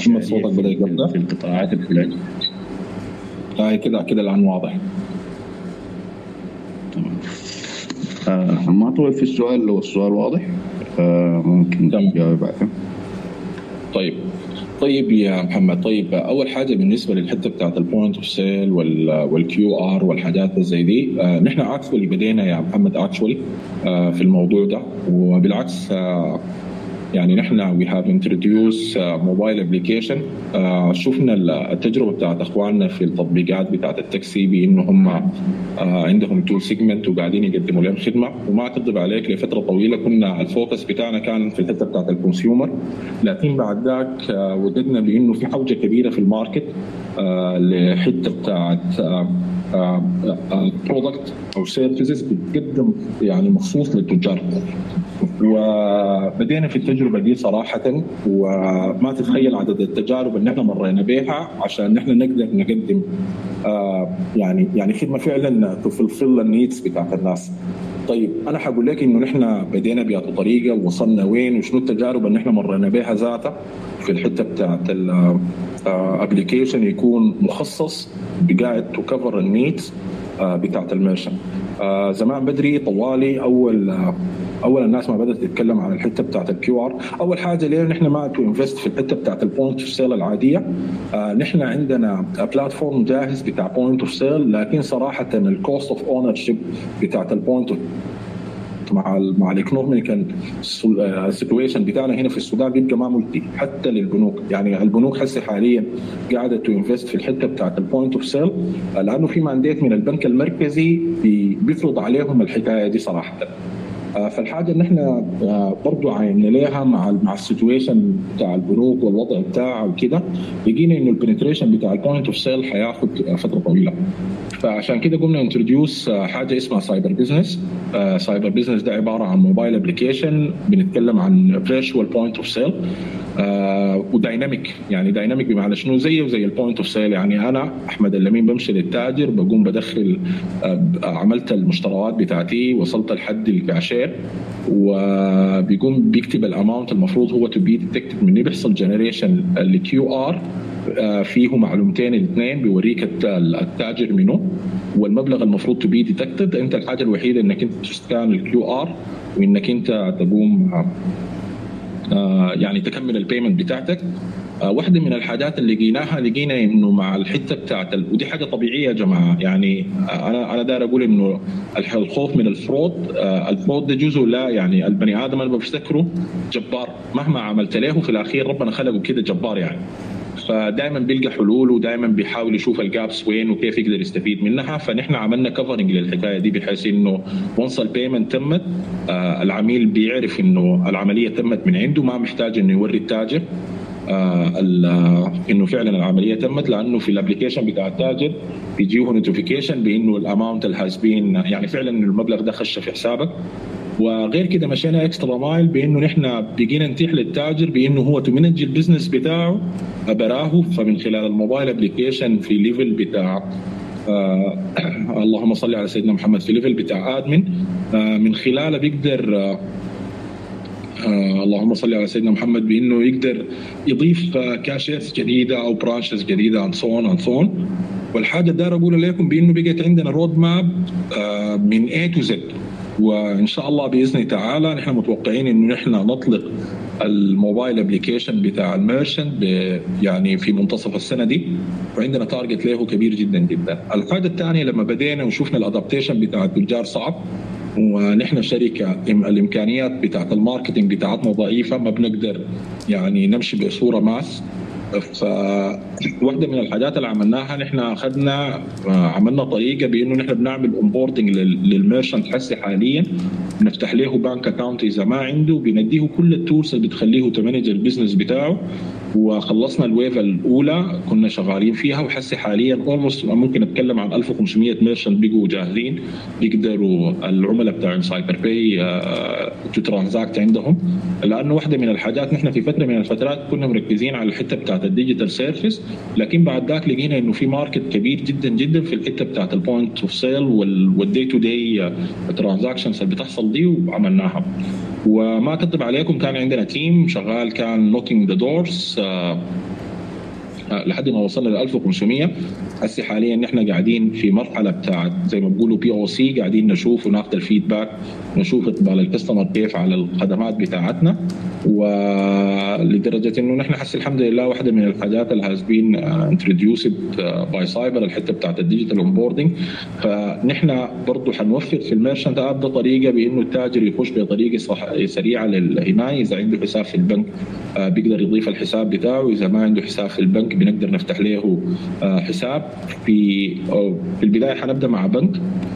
محمد صوتك بدأ يقطع في القطاعات الفلانية. كده الآن واضح. تمام. ما أطول في السؤال، لو السؤال واضح ممكن تجاوب بعدين. طيب يا محمد، طيب اول حاجه بالنسبه للحته بتاعت البوينت اوف سيل والكيو ار والحاجات زي دي، نحن اكشولي بدينا يا محمد اكشولي في الموضوع ده، وبالعكس يعني نحن we have introduced موبايل ابلكيشن. شفنا التجربه بتاعت اخواننا في التطبيقات بتاعت التاكسي بانه هم عندهم تو سيجمنت وقاعدين يقدموا لهم خدمه، وما اكذب عليك لفتره طويله كنا الفوكس بتاعنا كان في الحته بتاعت الكونسيومر، لكن بعد ذاك وجدنا بانه في حوجه كبيره في الماركت لحته بتاعت برودكت او سيرفيسز بتقدم يعني مخصوص للتجار، وبدينا في التجربه دي صراحه، وما تتخيل عدد التجارب اللي احنا مرينا بها عشان نحن نقدر نقدم يعني خدمه فعلا تفلفل النيدز بتاعت الناس. طيب انا حقول لك انه نحن بدينا بهذه الطريقه ووصلنا وين وشنو التجارب اللي نحن مرينا بها ذاتها في الحته بتاعت الابلكيشن يكون مخصص بقاعد تو كفر النيدز بتاعت الميرشن. زمان بدري طوالي اول الناس ما بدات تتكلم عن الحته بتاعت الكيو ار، اول حاجه ليه نحن ما تو انفست في الحته بتاعت البوينت اوف سيل العاديه. نحن عندنا بلاتفورم جاهز بتاع بوينت اوف سيل، لكن صراحه الكوست اوف اونر شيب بتاعت البوينت مع الايكونوميكال سيتويشن بتاعنا هنا في السودان بيبقى ما مجدي حتى للبنوك. يعني البنوك هسه حاليا قاعده تو انفست في الحته بتاعت البوينت اوف سيل، لانه في مانديت من البنك المركزي بيفرض عليهم الحكايه دي صراحه. فالحاجه ان احنا برضو عايننا ليها مع السيتويشن بتاع البنوك والوضع بتاعه وكده، لقينا انه البنتريشن بتاع البوينت اوف سيل حياخد فتره طويله، فعشان كده قمنا انتروديوس حاجه اسمها سايبر بزنس. سايبر بزنس ده عباره عن موبايل ابلكيشن بنتكلم عن فيرتشوال بوينت اوف سيل ودايناميك. يعني دايناميك بمعنى شنو؟ زيه زي البوينت اوف سيل. يعني انا احمد اللمين بمشي للتاجر، بقوم بدخل عملت المشتريات بتاعتي، وصلت لحد الكاشير، وبيقوم بيكتب الاماونت المفروض هو تو بي ديتكتد مني، بيحصل جنريشن الكيو ار فيه معلومتين الاثنين، بيوريك التاجر منه والمبلغ المفروض تو بي ديتكتد. انت الحاجه الوحيده انك انت تسكان الكيو ار، وانك انت تقوم يعني تكمل البيمنت بتاعتك. واحدة من الحاجات اللي لقينا انه مع الحته بتاعت ودي حاجه طبيعيه يا جماعه. يعني انا داير اقول انه الخوف من الفرود، الفرود ده جزء، لا يعني البني ادم انا بفتكره جبار، مهما عملت له في الاخير ربنا خلقه كده جبار يعني. فدائما بيلقى حلول، ودائما بيحاول يشوف الجابس وين وكيف يقدر يستفيد منها. فنحن عملنا كفرنج للحكايه دي بحيث انه وانس البيمنت تمت العميل بيعرف انه العمليه تمت من عنده، ما محتاج انه يوري التاجر انه فعلا العمليه تمت، لانه في الابلكيشن بتاع التاجر بيجيه نوتيفيكيشن بانه الاماونت الهاز بين، يعني فعلا المبلغ ده خش في حسابك. وغير كده مشينا اكسترا مايل بانه نحن بقينا نتيح للتاجر بانه هو تمنج البزنس بتاعه براه، فمن خلال الموبايل ابلكيشن في ليفل بتاع اللهم صل على سيدنا محمد، في ليفل بتاع ادمن، من خلاله بيقدر اللهم صل على سيدنا محمد بانه يقدر يضيف كاشيرز جديده او برانشز جديده and so on. والحاجه داير اقول لكم بانه بقت عندنا رود ماب من A to Z، وان شاء الله باذن الله تعالى نحن متوقعين انه نحن نطلق الموبايل ابلكيشن بتاع الميرشنت يعني في منتصف السنه دي، وعندنا تارجت له كبير جدا جدا. الحاجه الثانيه لما بدينا وشفنا الادابتيشن بتاع التجار صعب، ونحن شركه الامكانيات بتاعت الماركتينج بتاعتنا ضعيفه، ما بنقدر يعني نمشي بصوره ماس. فواحده من الحاجات اللي عملناها نحن عملنا طريقه بانه نحن بنعمل اونبوردنج للميرشنت حسي حاليا، بنفتح له بانك اكاونت اذا ما عنده، بنديه كل التولز اللي بتخليه تمانج البزنس بتاعه. وخلصنا الويف الاولى كنا شغالين فيها، وحسي حاليا اولموست ممكن اتكلم عن 1500 ميرشنت بقوا جاهزين، بيقدروا العملاء بتاع سايبر باي ترانزاكت عندهم. لانه واحده من الحاجات نحن في فتره من الفترات كنا مركزين على الحته بتاعت الديجيتال سيرفيس، لكن بعد ذاك لقينا انه في ماركت كبير جدا جدا في الحته بتاعت البوينت اوف سيل والدي تو دي ترانزاكشنز اللي بتحصل دي، وعملناها. وما كتب عليكم كان عندنا تيم شغال، كان نوكينج ذا دورز لحد ما وصلنا ل 1500. هسه حاليا نحن قاعدين في مرحله بتاعت زي ما بقولوا POC، قاعدين نشوف وناخذ الفيدباك، نشوف اقبال الكاستمر كيف على الخدمات بتاعتنا، ولدرجه انه نحن حس الحمد لله واحده من الحاجات اللي هاز بين انتروديوسد باي سايبر الحته بتاعت الديجيتال اونبوردنج. فنحن برضه حنوفر في الميرشنت اب ده طريقه بانه التاجر يخش بطريقه سريعه للحمايه. اذا عنده حساب في البنك بيقدر يضيف الحساب بتاعه، اذا ما عنده حساب في البنك بنقدر نفتح له حساب. في البدايه حنبدا مع بنك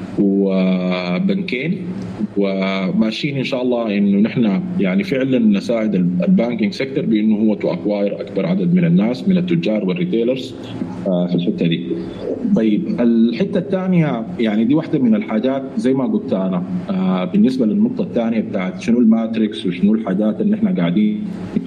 وبنكين، وماشيين ان شاء الله انه نحن يعني فعلا نساعد البانكينج سيكتور بانه هو تو اكواير اكبر عدد من الناس من التجار والريتيلرز في الحته دي. طيب الحته الثانيه يعني دي واحده من الحاجات زي ما قلت انا بالنسبه للنقطه الثانيه بتاعت شنو الماتريكس وشنو الحاجات اللي احنا قاعدين.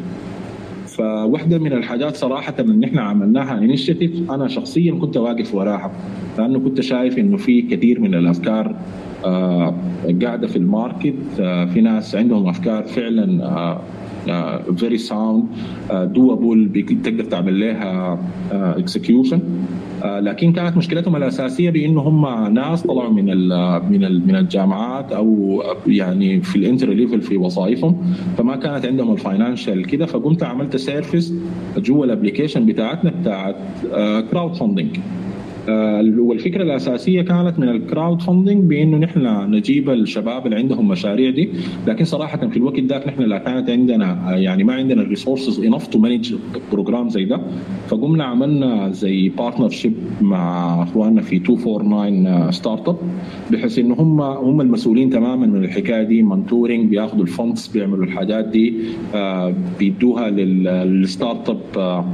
فواحده من الحاجات صراحه ان احنا عملناها انيشيتيف انا شخصيا كنت واقف وراها، لانه كنت شايف انه في كثير من الافكار قاعده في الماركت. في ناس عندهم افكار فعلا فيري ساوند دوبل تقدر تعمل لها اكسكيوشن، لكن كانت مشكلتهم الاساسيه بانه هم ناس طلعوا من الجامعات او يعني في الانتري ليفل في وظائفهم، فما كانت عندهم الفاينانشال كده. فقمت عملت سيرفيس جوا الابلكيشن بتاعتنا بتاعت كراود فاندنج. والفكره الاساسيه كانت من الكراود فاندنج بانه نحن نجيب الشباب اللي عندهم مشاريع دي، لكن صراحه في الوقت ذاك نحن لا كانت عندنا يعني ما عندنا الريسورسز انف تو مانج بروجرام زي ده. فقمنا عملنا زي بارتنرشيب مع اخواننا في 249 ستارت اب، بحيث انه هم المسؤولين تماما من الحكايه دي، منتورنج، بياخذوا الفندز، بيعملوا الحاجات دي، بيدوها للستارت اب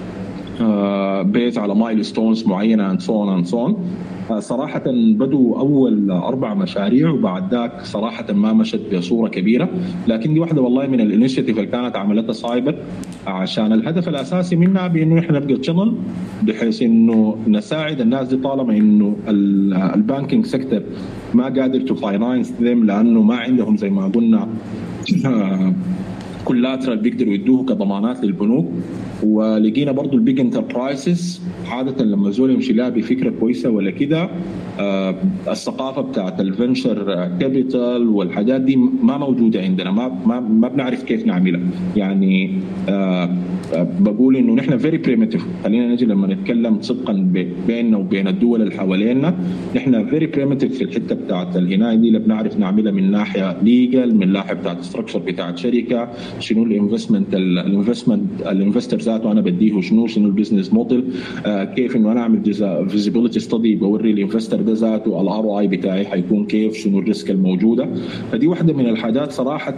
بيز على مايل ستونز معينه اند سون اند سون. صراحة بدوا أول 4 مشاريع وبعد ذاك صراحة ما مشت بصورة كبيرة، لكن دي واحدة والله من الانيشيتيف اللي كانت عملتها سايبر، عشان الهدف الأساسي منها بأنه إحنا نبقى تشانل بحيث إنه نساعد الناس دي طالما إنه البانكينج سيكتور ما قادر تو فاينانس ذيم، لأنه ما عندهم زي ما قلنا كولاترال بيقدروا يدوه كضمانات للبنوك. ولقينا برضو البيج انتربرايزز عاده لما زول يمشي لها بفكره كويسه ولا كده، الثقافه بتاعت الفنشر كابيتال والحاجات دي ما موجوده عندنا، ما بنعرف كيف نعملها. يعني بقول انه نحن فيري بريمتيف، خلينا نجي لما نتكلم صدقا بيننا وبين الدول اللي حوالينا، نحن فيري بريمتيف في الحته بتاعت الهنايه دي اللي بنعرف نعملها من ناحيه ليجل، من ناحيه بتاعت ستراكشر بتاعت شركه، شنو الانفستر ذاته انا بديه شنو البزنس موديل، كيف انه انا اعمل فيزيبيليتي ستدي بوري الانفستر ده ذاته الار او اي بتاعي حيكون كيف، شنو الريسك الموجوده. فدي واحده من الحاجات صراحه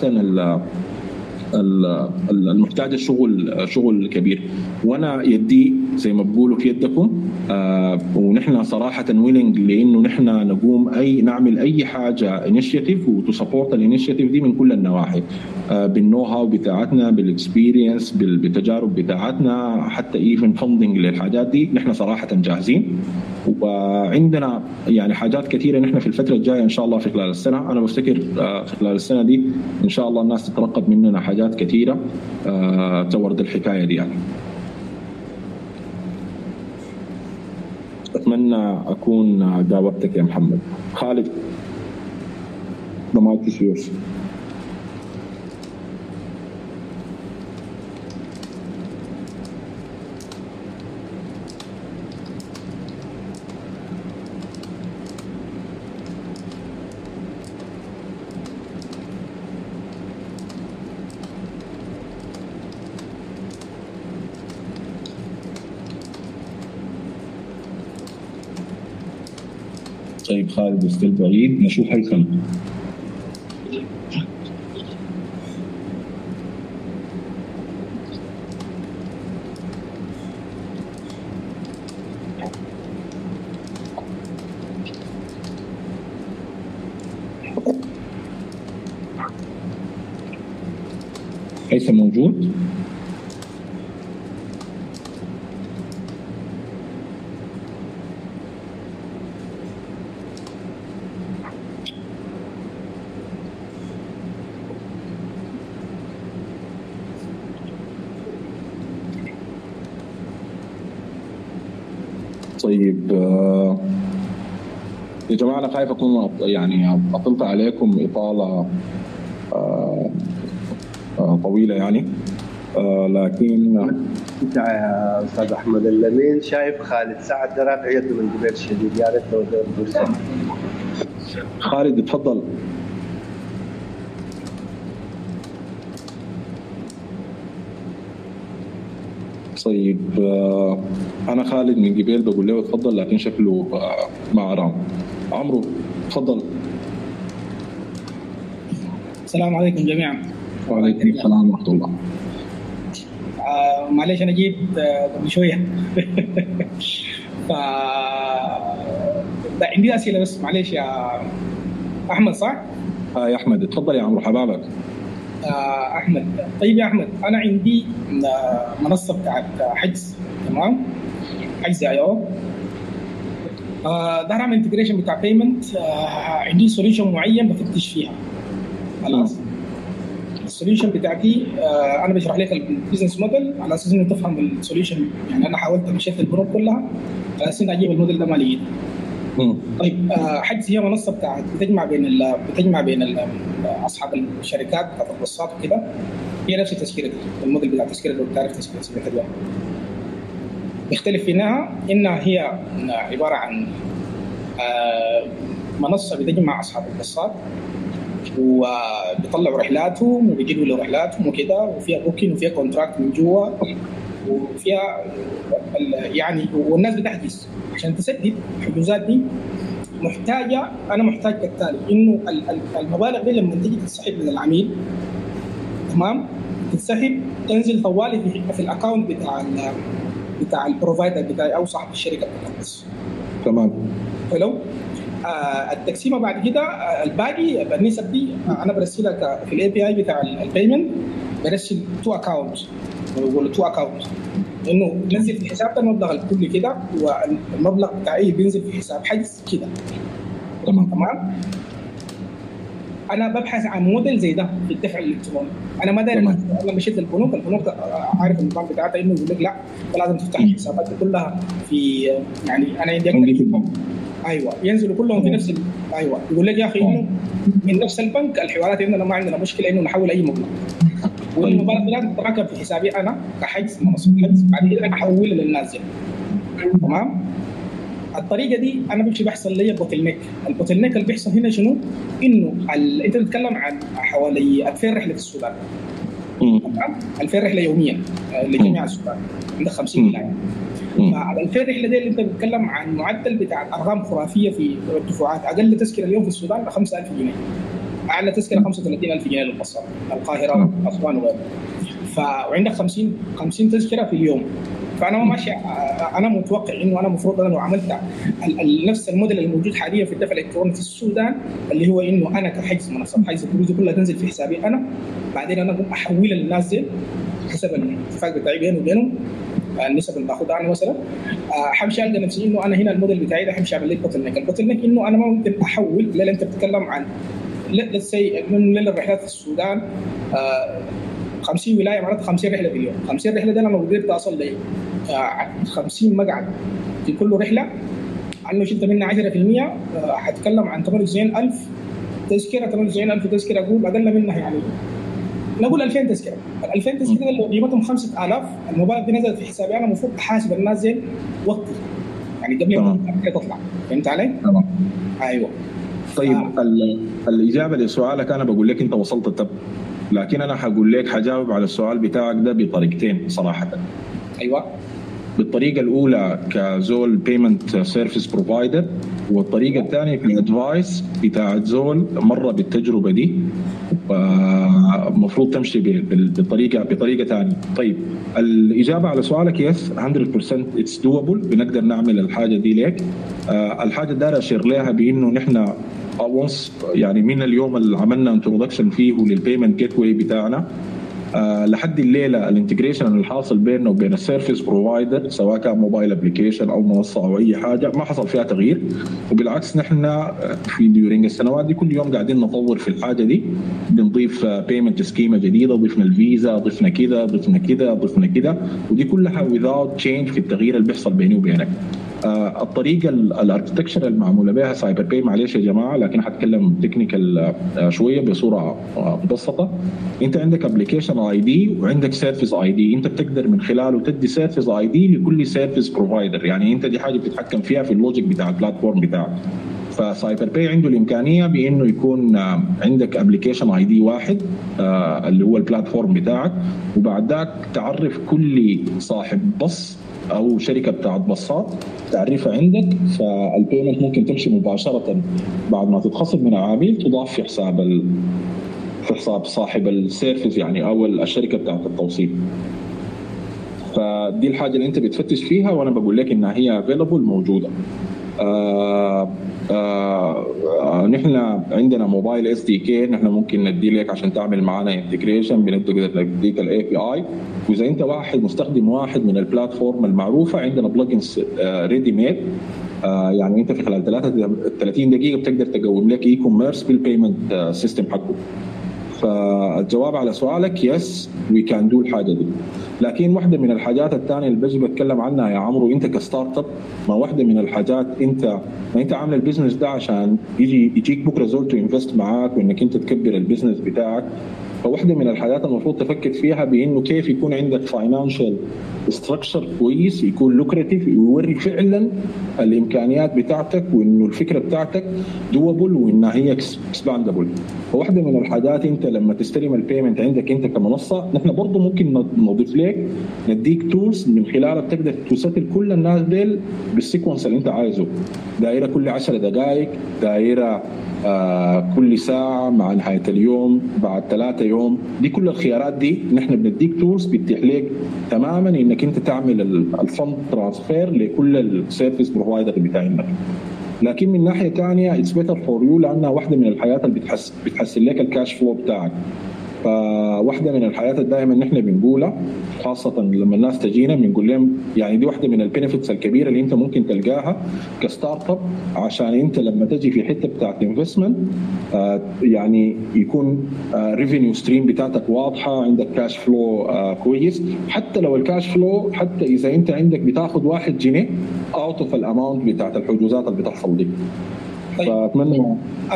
المحتاجه شغل كبير، وانا يدي زي ما بقولوا في يدكم. ونحن صراحه ويلنج لانه نحن نقوم نعمل اي حاجه انيشيتيف وتسبورت الانيشيتيف دي من كل النواحي، بالنو هاو بتاعتنا، بالاكسبيرينس، بالتجارب بتاعتنا، حتى ايفن فندنج للحاجات دي نحن صراحه جاهزين. وعندنا يعني حاجات كثيره نحن في الفتره الجايه ان شاء الله في خلال السنه، انا بفتكر في خلال السنه دي ان شاء الله الناس تترقب مننا حاجات كثيره تورد الحكايه دي. يعني اتمنى اكون جاوبتك يا محمد. خالد the mic is yours. طيب خالد ستيل بعيد، نشوف هيثم. هيثم موجود؟ طيب يا جماعة أنا خايف أكون يعني أطلت عليكم إطالة طويلة يعني، لكن انت يا استاذ احمد اللمين شايف خالد سعد ده رافع يده من قبل شديد، يا ريت لو اديله فرصه. خالد اتفضل. طيب أنا خالد من قبل بقول له اتفضل، لكن شكله مع رام. عمرو اتفضل. السلام عليكم جميعا. وعليكم السلام ورحمة الله. معليش أنا جيت قبل شوية ف عندي أسئلة بس معليش يا أحمد صح؟ يا أحمد اتفضل يا عمرو حبابك. أحمد طيب يا أحمد أنا عندي منصة بتاعت حجز، تمام؟ حجز IO ده أعمل انتجريشن بتاع بيمنت، عندي سوليوشن معين بفتش فيها. خلاص السوليوشن بتاعتي انا بشرح لك البيزنس موديل على اساس انه تفهم السوليوشن. يعني انا حاولت مشيت البنوك كلها على اساس اني اجيب الموديل ده ما لقيته. طيب حجز هي منصه بتاعت بتجمع بين اصحاب الشركات بتاعت الباصات وكده. هي نفس تذكره الموديل بتاع تذكره لو بتعرف تذكره سمعت بها. يختلف فيها انها هي عباره عن منصه بتجمع اصحاب الباصات وبيطلعوا رحلاتهم وبيجيبوا له رحلاتهم وكده، وفيها بوكين وفيها كونتراكت من جوا وفيها يعني والناس بتحجز. عشان تسدد الحجوزات دي انا محتاج كالتالي انه المبالغ دي لما تيجي تتسحب من العميل تمام تتسحب تنزل طوالي في الاكونت بتاع البروفايدر بتاعي او صاحب الشركه بتاعتي. تمام. حلو. التقسيمه بعد كده الباقي النسب دي انا برسلها في الاي بي اي بتاع البيمنت، برسل تو اكونت بقول تو اكونت انه ننزل في حساب المبلغ الكلي كده والمبلغ بتاعي بينزل في حساب حجز كده. تمام. انا ببحث عن موديل زي ده في الدفع الالكتروني. انا ما داير انا مشيت البنوك عارف النظام بتاعتها انه يقول لك لا لازم تفتح الحسابات كلها في يعني انا عندي ايوه ينزلوا كلهم في نفس ايوه يقول لك يا اخي انه من نفس البنك الحوارات عندنا ما عندنا مشكله انه نحول اي مبلغ والمبالغ لازم تتراكم في حسابي انا كحجز منصه حجز بعد كده انا احولها للناس. تمام. الطريقه دي انا بمشي بحصل لي البوتل نيك اللي بيحصل هنا شنو؟ انه انت بتتكلم عن حوالي 2000 رحله في السودان. 2000 رحله يوميا لجميع السودان عندك 50 ولايه. فعلى 2000 رحله دي اللي انت بتتكلم عن معدل بتاع ارقام خرافيه في الدفعات. اقل تذكره اليوم في السودان ب 5000 جنيه، اعلى تذكره 35000 جنيه للبصره القاهره اسوان وغيرها. وعندك 50 تذكره في اليوم. فانا ما ماشي انا متوقع انه انا المفروض انا لو عملت نفس الموديل الموجود حاليا في الدفع الالكتروني في السودان اللي هو انه انا كحجز منصه حجز الفلوس كلها تنزل في حسابي انا، بعدين انا اقوم احولها للناس دي حسب الاتفاق بتاعي بيني وبينهم النسب اللي باخذها انا مثلا. حمشي القى نفسي انه انا هنا الموديل بتاعي ده حمشي اعمل لي البوتل نيك انه انا ما ممكن احول اللي انت بتتكلم عن لسي من الرحلات في السودان 50 ولايه معناتها 50 رحله في اليوم. 50 رحله دي انا لو قدرت اصل ل 50 مقعد في كل رحله عنه شلت منها 10% حتكلم عن 98000 تذكره. 98000 تذكره اقول اقل منها يعني نقول 2000 تذكره. ال 2000 تذكره اللي قيمتهم 5000 المبالغ دي نزلت في حسابي انا المفروض احاسب الناس زي وقتي يعني قبل ما تطلع. فهمت علي؟ تمام. ايوه. طيب الاجابه لسؤالك انا بقول لك انت وصلت التب، لكن انا حقول لك حجاوب على السؤال بتاعك ده بطريقتين صراحه. ايوه. بالطريقه الاولى كزول بيمنت سيرفيس بروفايدر، والطريقه الثانيه كادفايس بتاع زول مره بالتجربه دي المفروض تمشي بطريقه ثانيه. طيب الاجابه على سؤالك يس 100% اتس دوبل، بنقدر نعمل الحاجه دي ليك. الحاجه داير اشير لها بانه نحن يعني من اليوم اللي عملنا انترودكشن فيه للبيمنت جيت واي بتاعنا لحد الليله الانتجريشن الحاصل بيننا وبين السيرفيس بروفايدر سواء كان موبايل ابلكيشن او منصه او اي حاجه ما حصل فيها تغيير. وبالعكس نحن في ديورينج السنوات دي كل يوم قاعدين نطور في الحاجه دي، بنضيف بيمنت سكيما جديده، ضفنا الفيزا، ضفنا كذا ضفنا كذا ضفنا كذا، ودي كلها without change في التغيير اللي بيحصل بيني وبينك. الطريقه الاركتكشر المعموله بها سايبر باي، معلش يا جماعه لكن حتكلم تكنيكال شويه بصوره مبسطه. انت عندك ابلكيشن اي دي وعندك سيرفيس اي دي، انت بتقدر من خلاله تدي سيرفيس اي دي لكل سيرفيس بروفايدر، يعني انت دي حاجه بتتحكم فيها في اللوجيك بتاع البلاتفورم بتاعك. فسايبر باي عنده الامكانيه بانه يكون عندك ابلكيشن اي دي واحد اللي هو البلاتفورم بتاعك، وبعد ذاك تعرف كل صاحب بص او شركه بتاعت بصات تعرفها عندك، فالبيمنت ممكن تمشي مباشره بعد ما تتخصم من العميل تضاف في حساب صاحب السيرفيس يعني او الشركه بتاعت التوصيل. فدي الحاجه اللي انت بتفتش فيها، وانا بقول لك انها هي افيلبل موجوده. نحن عندنا موبايل اس دي كي، نحن ممكن ندي لك عشان تعمل معنا انتجريشن، بنقدر نديك الاي بي اي. واذا انت واحد مستخدم واحد من البلاتفورم المعروفه، عندنا بلجنز ريدي ميد، يعني انت في خلال 30 دقيقه بتقدر تقوم لك اي كوميرس بالبيمنت سيستم حقه. فالجواب على سؤالك يس وي كان دو الحاجه دي. لكن واحده من الحاجات الثانيه اللي بجي بتكلم عنها يا عمرو، انت كستارت اب، ما واحده من الحاجات انت عامل البيزنس ده عشان يجيك بكره زول تو انفست معاك وانك انت تكبر البيزنس بتاعك. فواحده من الحاجات المفروض تفكر فيها بانه كيف يكون عندك فاينانشال ستراكشر كويس، يكون لوكريتيف، ويوري فعلا الامكانيات بتاعتك وانه الفكره بتاعتك دوبل وانها هي اكسباندبل. فواحده من الحاجات انت لما تستلم البيمنت عندك انت كمنصه، نحن برضه ممكن نضيف لك نديك تولز من خلالها بتقدر تسجل كل الناس ديل بالسيكونس اللي انت عايزه، دائره كل 10 دقائق، دائره كل ساعة، مع نهاية اليوم، بعد 3 يوم. دي كل الخيارات دي نحن بنديك تولز بتتيح لك تماما انك انت تعمل الفند ترانسفير لكل السيرفيس بروفايدر بتاعنا. لكن من ناحية ثانية اتس بيتر فور يو، لانها واحدة من الحاجات اللي بتحسن لك الكاش فلو بتاعك. فواحدة من الحاجات اللي دائما نحن بنقولها، خاصة لما الناس تجينا بنقول لهم يعني دي واحدة من البينيفيتس الكبيرة اللي انت ممكن تلقاها كستارت اب، عشان انت لما تجي في حتة بتاعت انفستمنت يعني يكون ريفينيو ستريم بتاعتك واضحة، عندك كاش فلو كويس. حتى لو الكاش فلو، حتى اذا انت عندك بتاخذ 1 جنيه اوت اوف الاماونت بتاعت الحجوزات اللي بتحصل دي. طيب فاتمنى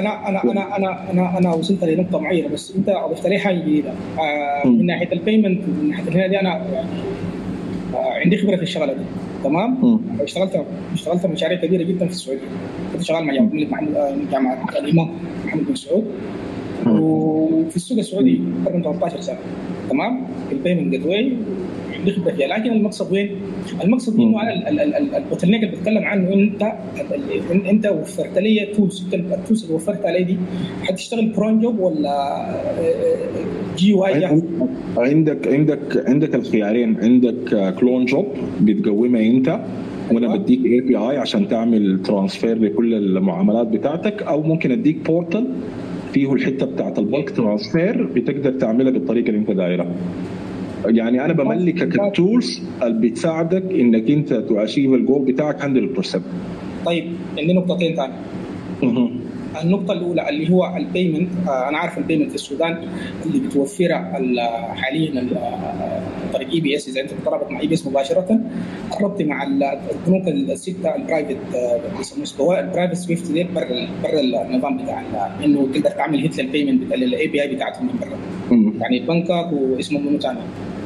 انا وصلت لنقطه معينه، بس انت اضفت لي حاجه جديده من ناحيه البيمنت. من ناحيه هنا دي انا يعني عندي خبره في الشغله دي، تمام. اشتغلت مشاريع كبيره جدا في السعوديه. كنت شغال مع جامعه الامام محمد بن سعود، وفي السوق السعودي تقريبا 13 سنه، تمام. في البيمنت جيت واي عندي خبره فيها. لكن المقصد وين؟ المقصد انه انا البوتلنيك اللي بتكلم عنه، انت وفرت لي تولز. التولز اللي وفرتها لي دي حتشتغل برون جوب ولا جي واي جاهز؟ عندك الخيارين. عندك كلون جوب بتقومها انت، وانا بديك اي بي اي عشان تعمل ترانسفير لكل المعاملات بتاعتك، او ممكن اديك بورتال فيه الحته بتاعت البلك ترانسفير بتقدر تعملها بالطريقه اللي انت دايرها. يعني انا بملكك التولز اللي بتساعدك انك انت تاشيف الجول بتاعك 100%. طيب عندي نقطتين ثانيه. النقطه الاولى اللي هو البيمنت. انا عارف البيمنت في السودان اللي بتوفرها حاليا طريق اي بي اس. اذا انت بتربط مع اي بي اس مباشره، قربت مع البنوك السته البرايفت، بيسموه البرايفت سويفت دي برا النظام بتاع انه تقدر تعمل هيت للبيمنت بتاع الاي بي اي بتاعتهم من برا. يعني بنكك واسمه منو ثاني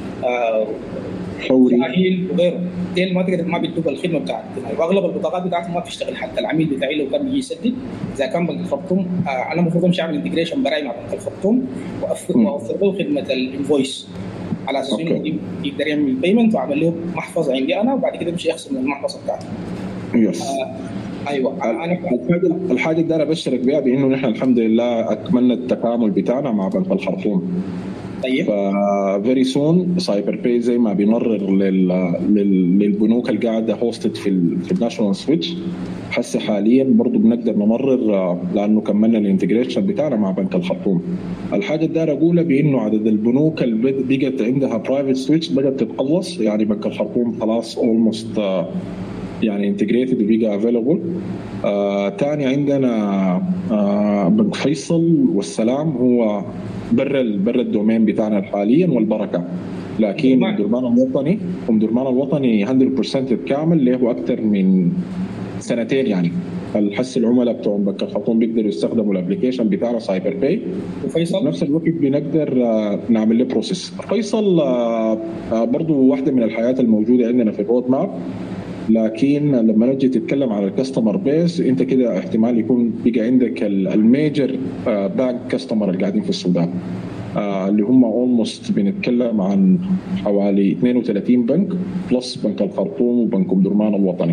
فوري وغيره، ديل ما بيدوك الخدمه بتاعتك. واغلب البطاقات بتاعتهم ما بتشتغل. حتى العميل بتاعي لو كان بيجي يسدد، اذا كان بنك الخرطوم، انا المفروض امشي اعمل انتجريشن براي مع بنك الخرطوم واوفر له خدمه الانفويس على اساس انه يقدر يعمل بيمنت واعمل له محفظه عندي انا، وبعد كده يمشي يخصم من المحفظه بتاعته. يس. ايوه. الحاجه اللي انا ابشرك بها بانه نحن الحمد لله اكملنا التكامل بتاعنا مع بنك الخرطوم. طيب. فيري سون سايبر باي زي ما بيمرر للبنوك اللي قاعده هوستد في الناشونال سويتش، هسه حاليا برضه بنقدر نمرر لانه كملنا الانتجريشن بتاعنا مع بنك الخرطوم. الحاجه اللي داير اقولها بانه عدد البنوك اللي بقت عندها برايفت سويتش بدات تتقلص. يعني بنك الخرطوم خلاص اولموست يعني انتجريتد وبقى افيلبل. تاني عندنا بنك فيصل والسلام، هو برا الدومين بتاعنا حاليا، والبركه. لكن ام درمان الوطني 100% كامل له اكثر من سنتين يعني. الحس العملاء بتوع بنك الخرطوم بيقدروا يستخدموا الابلكيشن بتاعنا سايبر باي، وفيصل نفس الوقت بنقدر نعمل له بروسيس. فيصل برضو واحده من الحاجات الموجوده عندنا في الرود ماب، لكن لما نجي تتكلم على الكاستمر بيس انت كده احتمال يكون بقى عندك الميجر بانك كاستمر اللي قاعدين في السودان، اللي هم اولموست بنتكلم عن حوالي 32 بنك بلس بنك الخرطوم وبنك ام درمان الوطني.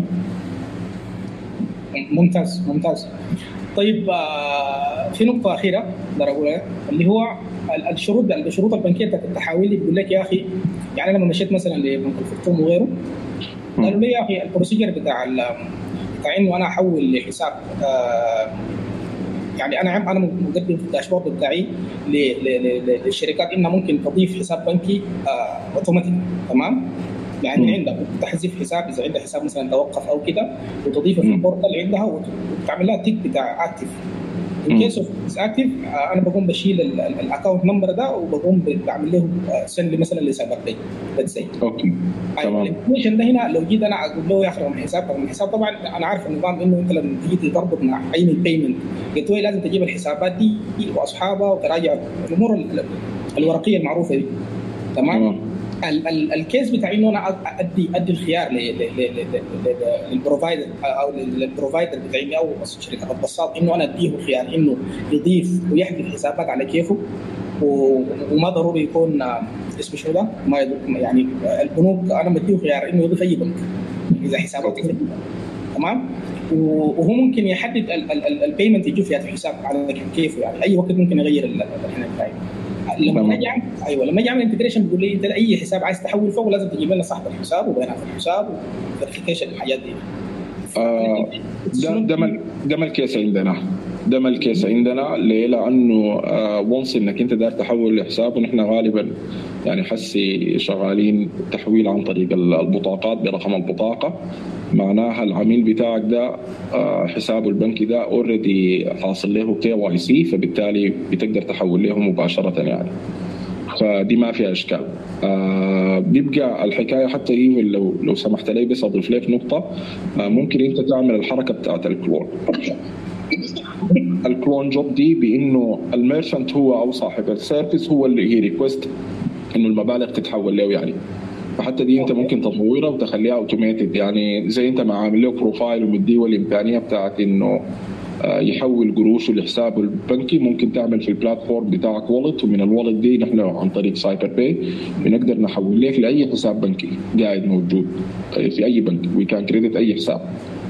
ممتاز. طيب في نقطة أخيرة أقدر أقولها، اللي هو الشروط البنكية بتاعت التحويل. بيقول لك يا أخي، يعني لما مشيت مثلا لبنك الخرطوم وغيره، قالوا لي يا أخي البروسيجر بتاع إنه أنا أحول لحساب، يعني أنا مقدم في الداشبورد بتاعي للشركات إنها ممكن تضيف حساب بنكي أوتوماتيك، تمام؟ يعني من عندها تحذف حساب اذا عندها حساب مثلا توقف او كده، وتضيفه في البورتال عندها وتعمل لها تيك بتاع اكتف. ان كيس اوف اكتف انا بقوم بشيل الاكونت نمبر ده وبقوم بعمل له سند مثلا لسايبر باي. اوكي تمام. الانفورميشن ده هنا لو جيت انا اقول له يا اخي رقم حساب طبعا انا عارف النظام انه انت لما تيجي تربط مع اي البيمنت جيتوي لازم تجيب الحسابات دي واصحابها وتراجع الامور الورقيه المعروفه دي، تمام. الكيس بتاع انه انا ادي الخيار للبروفايدر او للبروفايدر بتاعي او شركه البساط انه انا اديه الخيار انه يضيف ويحذف حسابات على كيفه، وما ضروري يكون اسم شو ده، ما يعني البنوك انا مديه خيار انه يضيف اي بنك اذا حساباته في تمام، وهو ممكن يحدد البيمنت يجي في الحساب على كيفه، يعني اي وقت ممكن يغير الحساب بتاعي. لما نجي اعمل انتجريشن بيقول لي انت اي حساب عايز تحول فوق لازم تجيب لنا صاحب الحساب وبيانات الحساب وفيريفيكيشن الحاجات دي. ده ما الكيس عندنا ليه؟ لانه وانس انك انت داير تحول لحساب، ونحن غالبا يعني حسي شغالين تحويل عن طريق البطاقات برقم البطاقه، معناها العميل بتاعك ده حسابه البنكي ده اوريدي حاصل له KYC، فبالتالي بتقدر تحول له مباشره يعني. فدي ما فيها اشكال. بيبقى الحكايه حتى ايفن لو سمحت لي بس اضيف لك نقطه، ممكن انت تعمل الحركه بتاعت الكلون جوب دي، بانه الميرشنت هو او صاحب السيرفيس هو اللي يريكوست انه المبالغ تتحول له يعني. فحتى دي انت ممكن تطورها وتخليها اوتوماتيد، يعني زي انت ما عامل له بروفايل ومديه الامكانيه بتاعت انه يحول قروشه لحسابه البنكي، ممكن تعمل في البلاتفورم بتاعك والت، ومن الوالت دي نحن عن طريق سايبر باي بنقدر نحول لك لاي حساب بنكي قاعد موجود في اي بنك، وي كان كريدت اي حساب.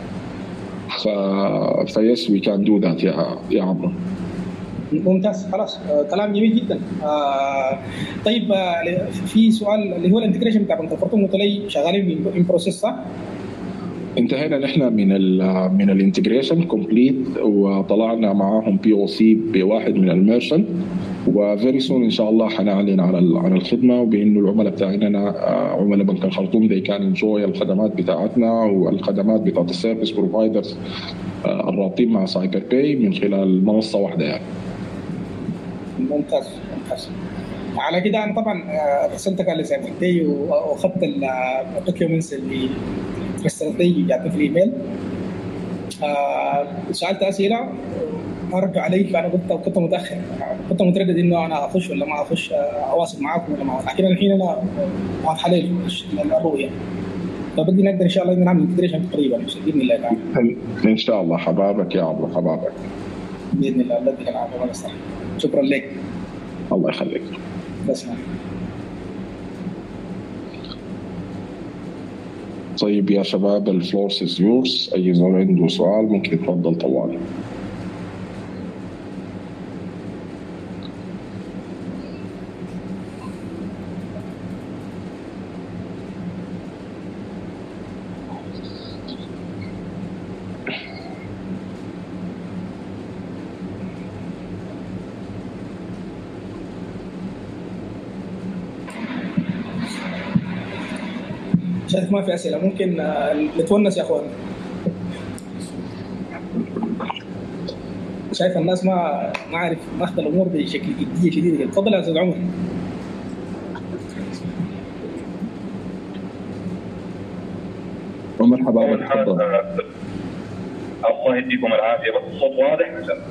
فيس وي كان دو ذات يا عمرو. ممتاز، خلاص كلام جميل جدا. طيب في سؤال اللي هو الانتجريشن بتاع بنك الخرطوم، قلت لي شغالين ان بروسيس صح؟ انتهينا نحن من الانتجريشن كومبليت، وطلعنا معاهم POC بواحد من الميرشنت، وفيري سون ان شاء الله حنعلن عن الخدمه، وبانه العملاء بتاعنا عملاء بنك الخرطوم دي كان انجوي الخدمات بتاعتنا والخدمات بتاعت السيرفيس بروفايدرز الرابطين مع سايبر باي من خلال منصه واحده يعني. ممتاز. على كده انا طبعا رسلتك على سايبر باي واخذت الدوكيومنتس اللي رسلتني جاتني في الايميل، سالت اسئله ما ردوا علي، فانا كنت متاخر، كنت متردد انه انا اخش ولا ما اخش، اواصل معاكم ولا ما، لكن الحين انا واضحه لي الرؤيه، فبدي نقدر ان شاء الله نعمل انتجريشن قريبا باذن الله تعالى. ان شاء الله. حبابك يا عبد حبابك باذن الله. الله يديك العافيه والصحه. شكرا لك. الله يخليك. تسلم. طيب يا شباب، الفلور از يورز. اي زول عنده سؤال ممكن يتفضل طوالي. شايف ما في أسئلة، ممكن نتونس يا أخوان. شايف الناس ما عارف ماخذ الأمور بشكل جدية شديدة. تفضل يا أستاذ عمر. مرحبا بك، تفضل. الله يديكم العافيه، بس الصوت واضح؟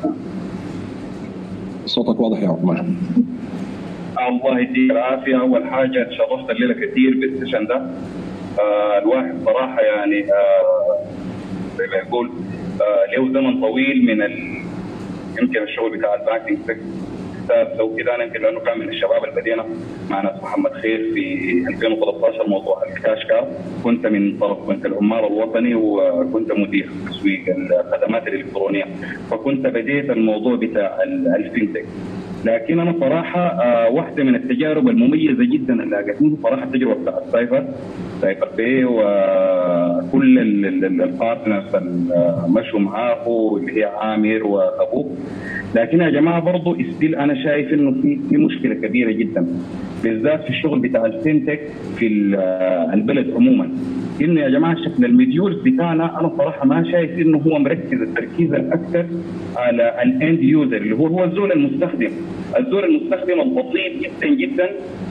صوتك واضح يا عمر. الله يديك العافيه. اول حاجه تشرفت الليله كثير بالسيشن ده. الواحد صراحه يعني زي ما يقول له زمن طويل من يمكن الشغل بتاع البانكينج سكتور وكذا. انا يمكن لانه كان من الشباب اللي بدينا مع ناس محمد خير في 2013 موضوع الكاش كارد. كنت من طرف بنك العمال الوطني وكنت مدير تسويق الخدمات الالكترونيه، فكنت بديت الموضوع بتاع الفينتك. لكن انا صراحه واحده من التجارب المميزه جدا اللي لقيتني صراحه التجربه بتاعت سايبر باي، وكل البارتنرز مشوا معاه اللي هي عامر وابوه. لكن يا جماعه برضه استيل انا شايف انه في مشكله كبيره جدا بالذات في الشغل بتاع الفينتك في البلد عموما. انه يا جماعه شكل المديولز بتاعنا انا صراحه ما شايف انه هو مركز التركيز الاكثر على الاند يوزر اللي هو الزول المستخدم، البسيط جدا جدا.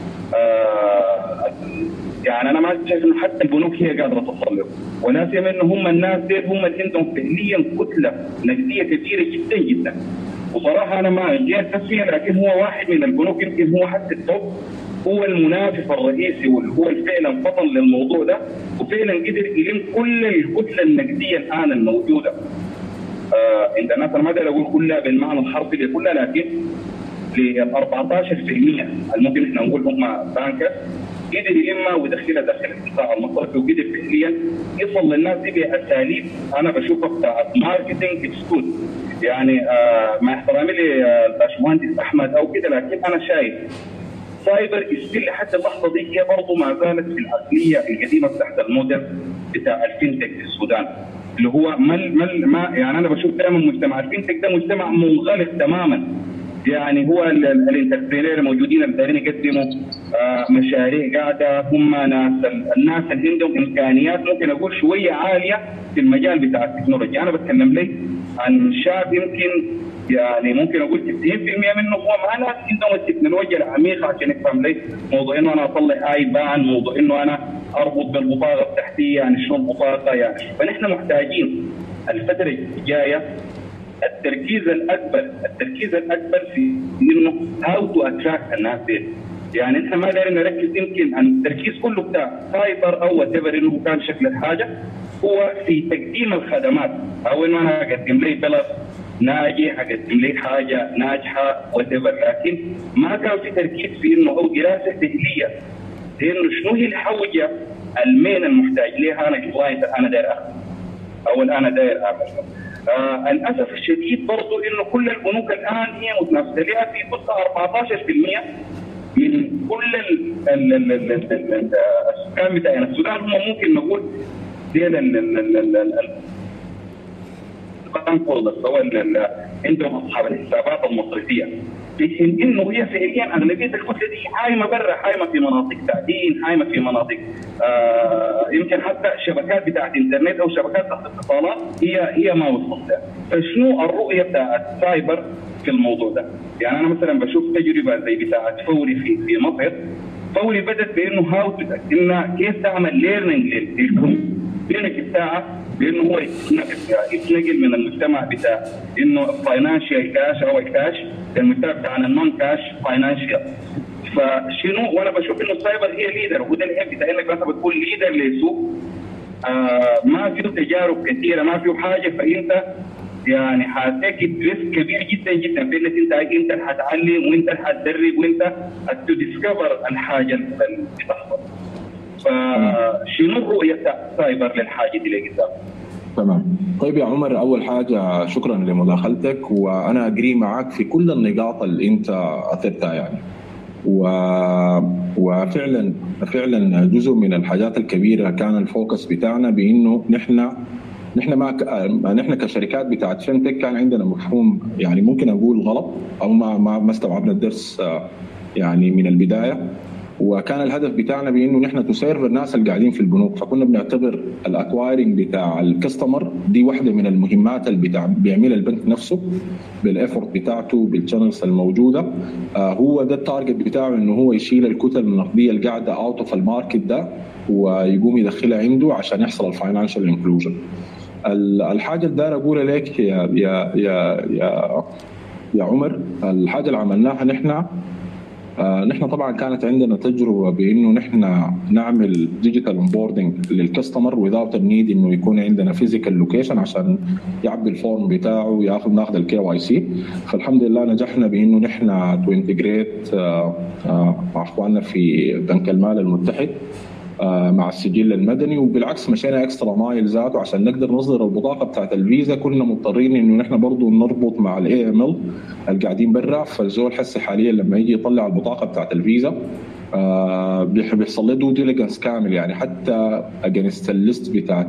يعني انا ما شايف انه حتى البنوك هي قادره توصل له، ولا سيما انه هم الناس دي هم اللي عندهم فعليا كتله نقديه كبيره جدا جدا. وصراحه انا ما جيت تسويه، لكن هو واحد من البنوك يمكن هو حتى التوب، هو المنافس الرئيسي واللي هو فعلا فطن للموضوع ده وفعلا قدر يلم كل الكتله النقديه الان الموجوده. عند الناس انا ما اقدر اقول كلها بالمعنى الحرفي كلها، لكن ل 14% ممكن احنا نقول هم بانكر قدر يلمها ويدخلها داخل القطاع المصرفي، وقدر فعليا يصل للناس دي باساليب انا بشوفها بتاعت ماركتنج اكسكود. يعني مع احترامي للباشمهندس احمد او كده، لكن انا شايف سايبر استيل حتى اللحظه دي هي برضه ما زالت في العقليه القديمه تحت الموديل بتاع الفينتك في السودان، اللي هو ما يعني انا بشوف دائما مجتمع الفينتك ده مجتمع منغلق تماما. يعني هو الانتربرينور الموجودين اللي دايرين يقدموا مشاريع قاعده هم الناس اللي عندهم امكانيات ممكن اقول شويه عاليه في المجال بتاع التكنولوجيا. انا بتكلم لي عن شاب يمكن يعني ممكن اقول 90% منه هو مع ناس عندهم التكنولوجيا العميقه عشان يفهم لي موضوع انه انا اصلح ايبان، موضوع انه انا اربط بالبطاقه التحتيه يعني شلون بطاقه يعني. فنحن محتاجين الفتره الجايه التركيز الاكبر في انه هاو تو اتراكت الناس دي. يعني احنا ما دايرين نركز يمكن عن التركيز كله بتاع سايبر او وات ايفر انه كان شكل الحاجه هو في تقديم الخدمات، او انه انا اقدم لي بلد ناجح، اقدم لي حاجه ناجحه وات ايفر. لكن ما كان في تركيز في انه او دراسه تحليليه لانه شنو هي الحوجه المين المحتاج لها انا كلاينت انا داير اخذ او انا داير اعمل. للاسف الشديد برضو انه كل البنوك الان هي متنافسه لها في قصه 14% من كل السكان بتاعنا السودان هم ممكن نقول ديل عندهم اصحاب الحسابات المصرفيه، في حين انه هي فعليا اغلبيه الكتله دي حايمه برا، حايمه في مناطق تعدين، حايمه في مناطق يمكن حتى شبكات بتاعت انترنت او شبكات تحت اتصالات هي ما وصلت لها. فشنو الرؤيه بتاعت السايبر في الموضوع ده؟ يعني انا مثلا بشوف تجربه زي بتاعت فوري في مصر. فوري بدات بانه هاو انه كيف تعمل ليرنينج للكوميونتي بتاعها بانه هو يتنقل من المجتمع بتاع انه فاينانشال كاش او الكاش المجتمع بتاعنا النون كاش فاينانشال. فشنو وانا بشوف انه السايبر هي ليدر، وده الهيب بتاع انك مثلا بتكون ليدر لسوق ما فيه تجارب كثيره، ما فيه حاجه، فانت يعني حتاخد ريسك كبير جدا جدا في انك انت اللي حتعلم وانت اللي حتدرب وانت تديسكفر الحاجه اللي بتحصل. فشنو الرؤيه بتاع السايبر للحاجه دي اللي قدام؟ تمام. طيب يا عمر، اول حاجه شكرا لمداخلتك، وانا اجري معك في كل النقاط اللي انت اثرتها يعني. وفعلا جزء من الحاجات الكبيره كان الفوكس بتاعنا بانه نحن كشركات بتاعت فينتك كان عندنا مفهوم يعني ممكن اقول غلط او ما استوعبنا الدرس يعني من البدايه. وكان الهدف بتاعنا بانه نحن تسيرف الناس اللي قاعدين في البنوك، فكنا بنعتبر الاكوايرنج بتاع الكاستمر دي واحده من المهمات اللي بيعملها البنك نفسه بالافورت بتاعته بالشانلز الموجوده. هو ده التارجت بتاعه، انه هو يشيل الكتل النقديه اللي قاعده اوت اوف الماركت ده ويقوم يدخلها عنده عشان يحصل الفاينانشال انكلوجن. الحاجه اللي داير اقولها لك يا عمر، الحاجه اللي عملناها نحن طبعا كانت عندنا تجربه بانه نحن نعمل ديجيتال اونبوردنج للكاستمر without النيد انه يكون عندنا فيزيكال لوكيشن عشان يعبي الفورم بتاعه وناخذ الKYC. فالحمد لله نجحنا بانه نحن تو انتجريت مع اخواننا في بنك المال المتحد مع السجل المدني، وبالعكس مشينا اكسترا مايل ذاته عشان نقدر نصدر البطاقه بتاعت الفيزا. كنا مضطرين انه نحن برضه نربط مع الAML اللي قاعدين برا. فالزول حسي حاليا لما يجي يطلع البطاقه بتاعت الفيزا بيحصل له دو ديليجنس كامل، يعني حتى اجينست الليست بتاعت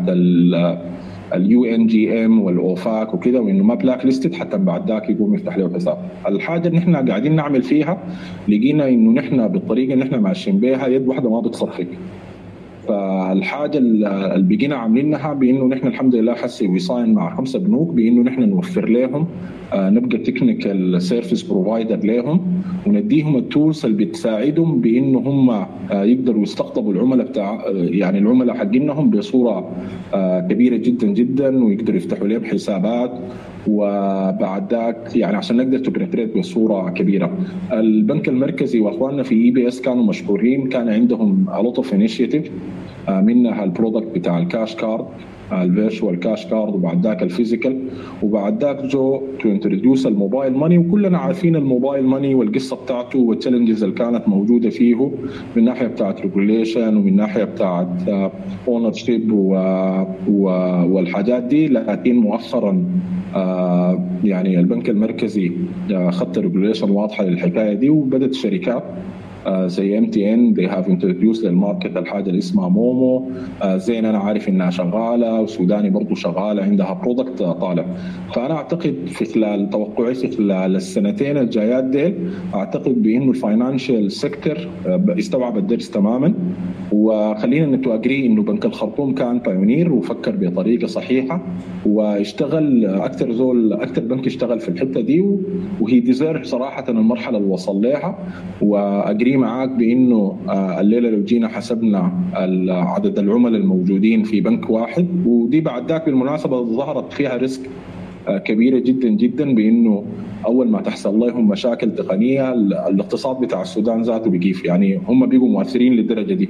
UNGM والأوفاك وكده، وانه ما بلاك ليستد حتى بعد ذاك يقوم يفتح له حساب. الحاجه اللي نحن قاعدين نعمل فيها لقينا انه نحن بالطريقه اللي نحن ماشيين بيها يد واحده ما بتصفق. فالحاجه اللي بقينا عاملينها بانه نحن الحمد لله حسي ويصاين مع 5 بنوك بانه نحن نوفر لهم نبقى تكنيكال سيرفيس بروفايدر لهم، ونديهم التولز اللي بتساعدهم بانه هم يقدروا يستقطبوا العملاء يعني العملاء حقينهم بصوره كبيره جدا جدا، ويقدروا يفتحوا لهم حسابات. وبعد ذاك يعني عشان نقدر تبنتريت بصوره كبيره. البنك المركزي واخواننا في EBS كانوا مشكورين، كان عندهم a lot of initiative منها البرودكت بتاع الكاش كارد، الفيرتشوال كاش كارد، وبعد ذاك الفيزيكال، وبعد ذاك جو تو انتروديوس الموبايل ماني. وكلنا عارفين الموبايل ماني والقصه بتاعته والتشالنجز اللي كانت موجوده فيه من ناحيه بتاعت ريجوليشن ومن ناحيه بتاعت اونر شيب والحاجات دي. لكن مؤخرا يعني البنك المركزي خط ريجوليشن واضحه للحكايه دي، وبدت الشركات زي MTN they have introduced للماركت الحاجه اللي اسمها مومو. زين انا عارف انها شغاله، وسوداني برضو شغاله عندها برودكت طالع. فانا اعتقد في خلال توقعي في خلال السنتين الجايات ديل اعتقد بانه الفاينانشال سيكتور استوعب الدرس تماما. وخلينا نتواجري انه بنك الخرطوم كان بايونير وفكر بطريقه صحيحه واشتغل اكثر بنك اشتغل في الحته دي، وهي ديزيرف صراحه المرحله اللي وصل لها. واجري معاك بانه الليله لو جينا حسبنا عدد العملاء الموجودين في بنك واحد، ودي بعد ذاك بالمناسبه ظهرت فيها ريسك كبيره جدا جدا بانه اول ما تحصل لهم مشاكل تقنيه الاقتصاد بتاع السودان ذاته بيقيف، يعني هم بيقوا مؤثرين للدرجه دي.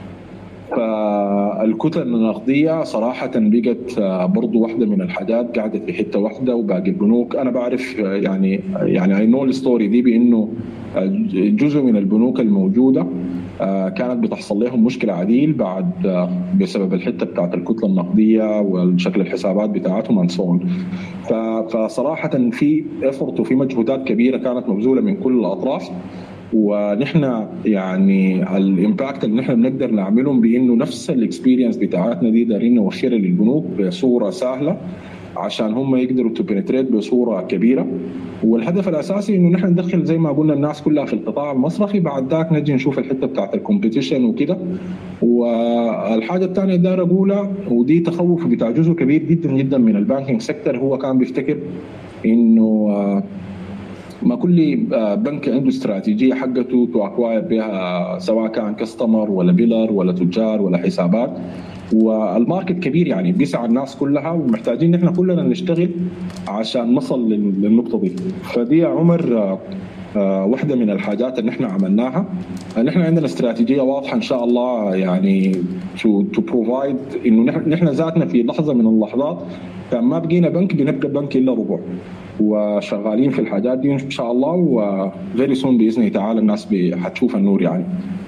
فالكتل النقديه صراحه بقت برضو واحده من الحاجات قاعده في حته واحده، وباقي البنوك انا بعرف يعني اي نو الستوري دي بانه جزء من البنوك الموجوده كانت بتحصل لهم مشكله عديل بعد بسبب الحته بتاعت الكتله النقديه والشكل الحسابات بتاعتهم انصون. فصراحه في ايفورت وفي مجهودات كبيره كانت مبذوله من كل الاطراف، ونحن يعني الامباكت اللي نحن بنقدر نعملهم بانه نفس الاكسبيرينس بتاعتنا دي دارين نوفرها للبنوك بصوره سهله عشان هم يقدروا تبنتريت بصوره كبيره. والهدف الاساسي انه نحن ندخل زي ما قلنا الناس كلها في القطاع المصرفي، بعد ذاك نجي نشوف الحته بتاعت الكومبيتيشن وكده. والحاجه الثانيه داير اقولها، ودي تخوف بتاع جزء كبير جدا جدا من البانكينج سيكتور، هو كان بيفتكر انه ما كل بنك عنده استراتيجيه حقته تو اكواير بها، سواء كان كاستمر ولا بيلر ولا تجار ولا حسابات. والماركت كبير يعني بيسعى الناس كلها، ومحتاجين نحن كلنا نشتغل عشان نصل للنقطه دي. فدي يا عمر واحده من الحاجات اللي نحن عملناها. نحن عندنا استراتيجيه واضحه ان شاء الله، يعني تو بروفايد انه نحن ذاتنا في لحظه من اللحظات كان ما بقينا بنك، بنبقى بنك الا ربع، وشغالين في الحاجات دي ان شاء الله. وفيري سون باذن الله تعالى الناس حتشوف النور يعني.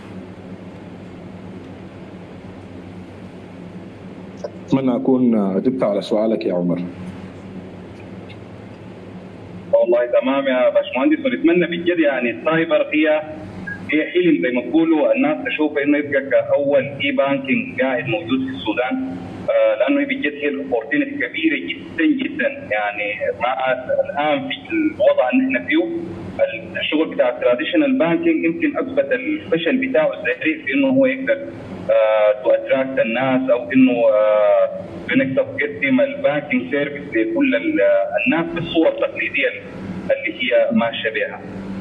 اتمنى اكون جبت على سؤالك يا عمر. والله تمام يا باشمهندس، ونتمنى بجد يعني السايبر هي حلم زي ما تقولوا الناس تشوف انه يبقى كاول اي بانكينج قاعد موجود في السودان، لانه بجد هي الاوبورتينيتي كبيره جدا جدا. يعني مع الان في الوضع اللي احنا فيه الشغل بتاع التراديشنال بانكينج يمكن اثبت الفشل بتاعه الذريع في انه هو يقدر تو اتراكت الناس، او انه بنقدر نقدم البانكينج سيرفيس لكل الناس بالصور التقليديه اللي هي ماشيه بها.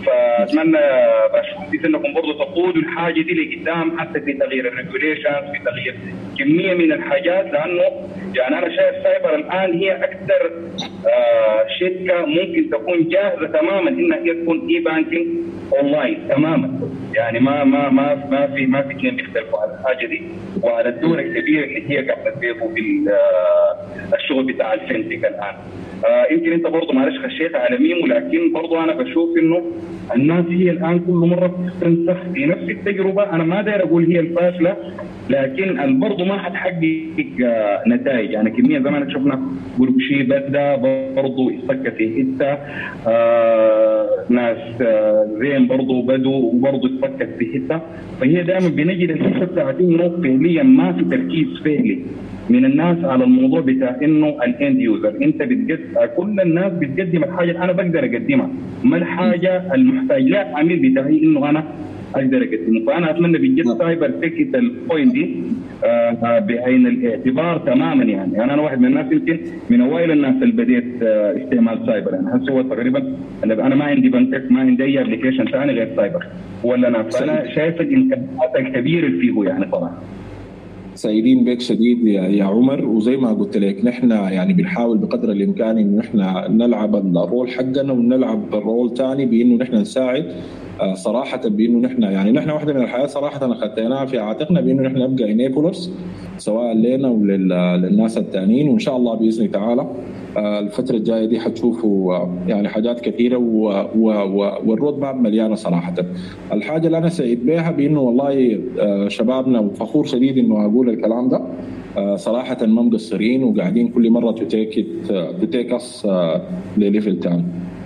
فاتمنى باشمهندس انكم برضه تقودوا الحاجه دي لقدام، حتى في تغيير الريجوليشنز، في تغيير كميه من الحاجات، لانه يعني انا شايف سايبر الان هي اكثر شركه ممكن تكون جاهزه تماما انها هي تكون اي بانكينج اونلاين تماما. يعني ما في كلام يختلفوا على الحاجه دي وعلى الدور الكبير اللي هي قاعده تضيفه في الشغل بتاع الفنتك الان. يمكن انت برضه معلش خشيت على ميم، ولكن برضه انا بشوف انه الناس هي الان كل مره بتستنسخ في نفس التجربه. انا ما داير اقول هي الفاشله، لكن برضه ما حتحقق نتائج. يعني كميه زمان شفنا جروب شي بدا برضه يفكر في حته، ناس زين برضه بدوا وبرضه يفكر في حته. فهي دائما بنجد الحته بتاعت انه فعليا ما في تركيز فعلي من الناس على الموضوع بتاع انه الاند يوزر. انت كل الناس بتقدم الحاجه اللي انا بقدر اقدمها، ما الحاجه المحتاج لا العميل بتاعي انه انا اقدر اقدمه. فانا اتمنى بجد سايبر تيكت البوينت دي بعين الاعتبار تماما. يعني انا واحد من الناس يمكن من اوائل الناس اللي بديت استعمال سايبر. يعني هسه هو تقريبا انا ما عندي بنك، ما عندي اي ابلكيشن ثاني غير سايبر ولا انا. فانا شايف الامكانيات الكبيره اللي فيه يعني صراحه. سعيدين بك شديد يا عمر، وزي ما قلت لك نحن يعني بنحاول بقدر الامكان انه نحن نلعب الرول حقنا ونلعب الرول ثاني بانه نحن نساعد صراحه، بانه نحن واحده من الحياه صراحه اخذناها في عاتقنا بانه نحن نبقى انيبلرز سواء لنا وللناس الثانيين. وان شاء الله باذن تعالى الفتره الجايه دي حتشوفوا يعني حاجات كثيره والرود ماب مليانه صراحه. الحاجه اللي انا سعيد بها بانه والله شبابنا، وفخور شديد انه اقول الكلام ده صراحه ما مقصرين وقاعدين كل مره تتيك اس لليفل ثاني.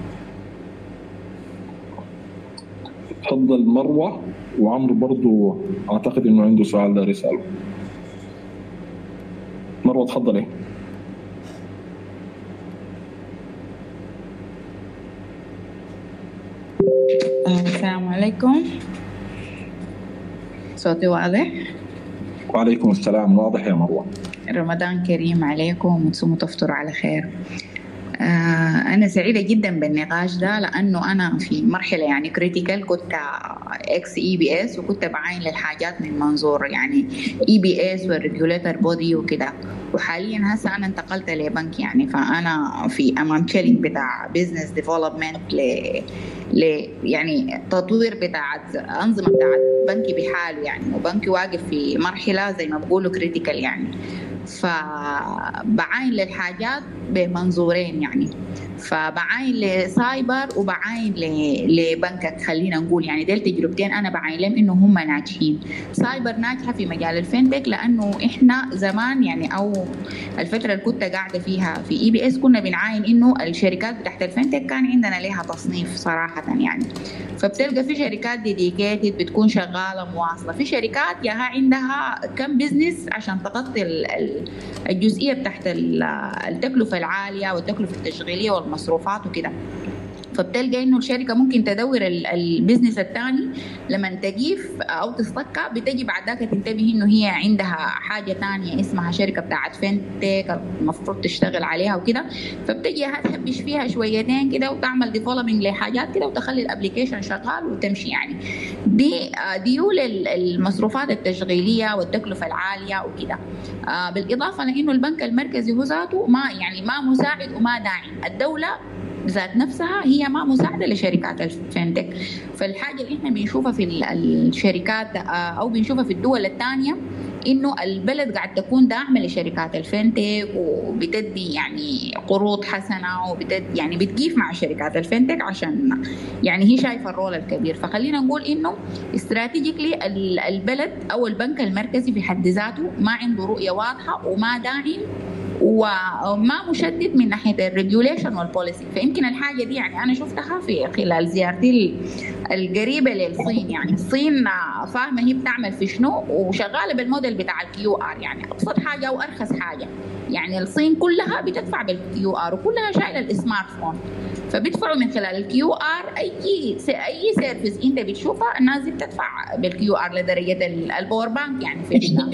تفضل مروه، وعمرو برضو اعتقد انه عنده سؤال داري يساله. مروه تفضلي. السلام عليكم، صوتي واضح؟ وعليكم السلام، واضح يا مروه. رمضان كريم عليكم وتصوموا تفطروا على خير. أنا سعيدة جدا بالنقاش ده، لأنه أنا في مرحلة يعني كريتيكال، كنت اكس اي بي اس وكنت بعاين للحاجات من منظور يعني اي بي اس والريجوليتر بودي وكده. وحاليا هسه أنا انتقلت لبنك، يعني فأنا في أمام تشالنج بتاع بيزنس ديفلوبمنت يعني تطوير بتاع أنظمة بتاع بنكي بحاله يعني، وبنكي واقف في مرحلة زي ما بقولوا كريتيكال يعني. فبعاين للحاجات بمنظورين يعني، فبعاين لسايبر وبعاين لبنكك. خلينا نقول يعني ديل تجربتين انا بعاين لهم انه هم ناجحين. سايبر ناجحه في مجال الفينتك لانه احنا زمان يعني او الفتره اللي كنت قاعده فيها في اي بي اس كنا بنعاين انه الشركات تحت الفينتك كان عندنا لها تصنيف صراحه يعني. فبتلقى في شركات ديديكيتد بتكون شغاله مواصله، في شركات ياها عندها كم بزنس عشان تغطي الجزئيه تحت التكلفه العاليه والتكلفه التشغيليه والمصروفات وكده. فبتلقى انه الشركه ممكن تدور البزنس الثاني لما تجيف او تستقى، بتجي بعد ذاك تنتبه انه هي عندها حاجه ثانيه اسمها شركه بتاعت فينتك المفروض تشتغل عليها وكده. فبتجي هتهبش فيها شويتين كده وتعمل ديفلوبينج لحاجات كده وتخلي الابلكيشن شغال وتمشي يعني. دي ديول المصروفات التشغيليه والتكلفه العاليه وكده. بالاضافه لانه البنك المركزي هو ذاته ما مساعد وما داعم. الدوله ذات نفسها هي ما مساعدة لشركات الفينتك. فالحاجة اللي احنا بنشوفها في الشركات أو بنشوفها في الدول الثانية إنه البلد قاعد تكون داعمة لشركات الفينتك وبتدي يعني قروض حسنة يعني بتقيف مع شركات الفينتك عشان يعني هي شايفة الرول الكبير. فخلينا نقول إنه استراتيجيكلي البلد أو البنك المركزي في حد ذاته ما عنده رؤية واضحة وما داعم وما مشدد من ناحية الريجوليشن والبوليسي. فيمكن الحاجة دي يعني أنا شفتها في خلال زيارتي القريبة للصين. يعني الصين فاهمة هي بتعمل في شنو وشغالة بالموديل بتاع الكيو آر، يعني أبسط حاجة وأرخص حاجة. يعني الصين كلها بتدفع بالكيو آر وكلها شايلة السمارت فون، فبيدفعوا من خلال الكيو آر. أي سيرفيس أنت بتشوفها الناس بتدفع بالكيو آر لدرجة الباور بانك يعني في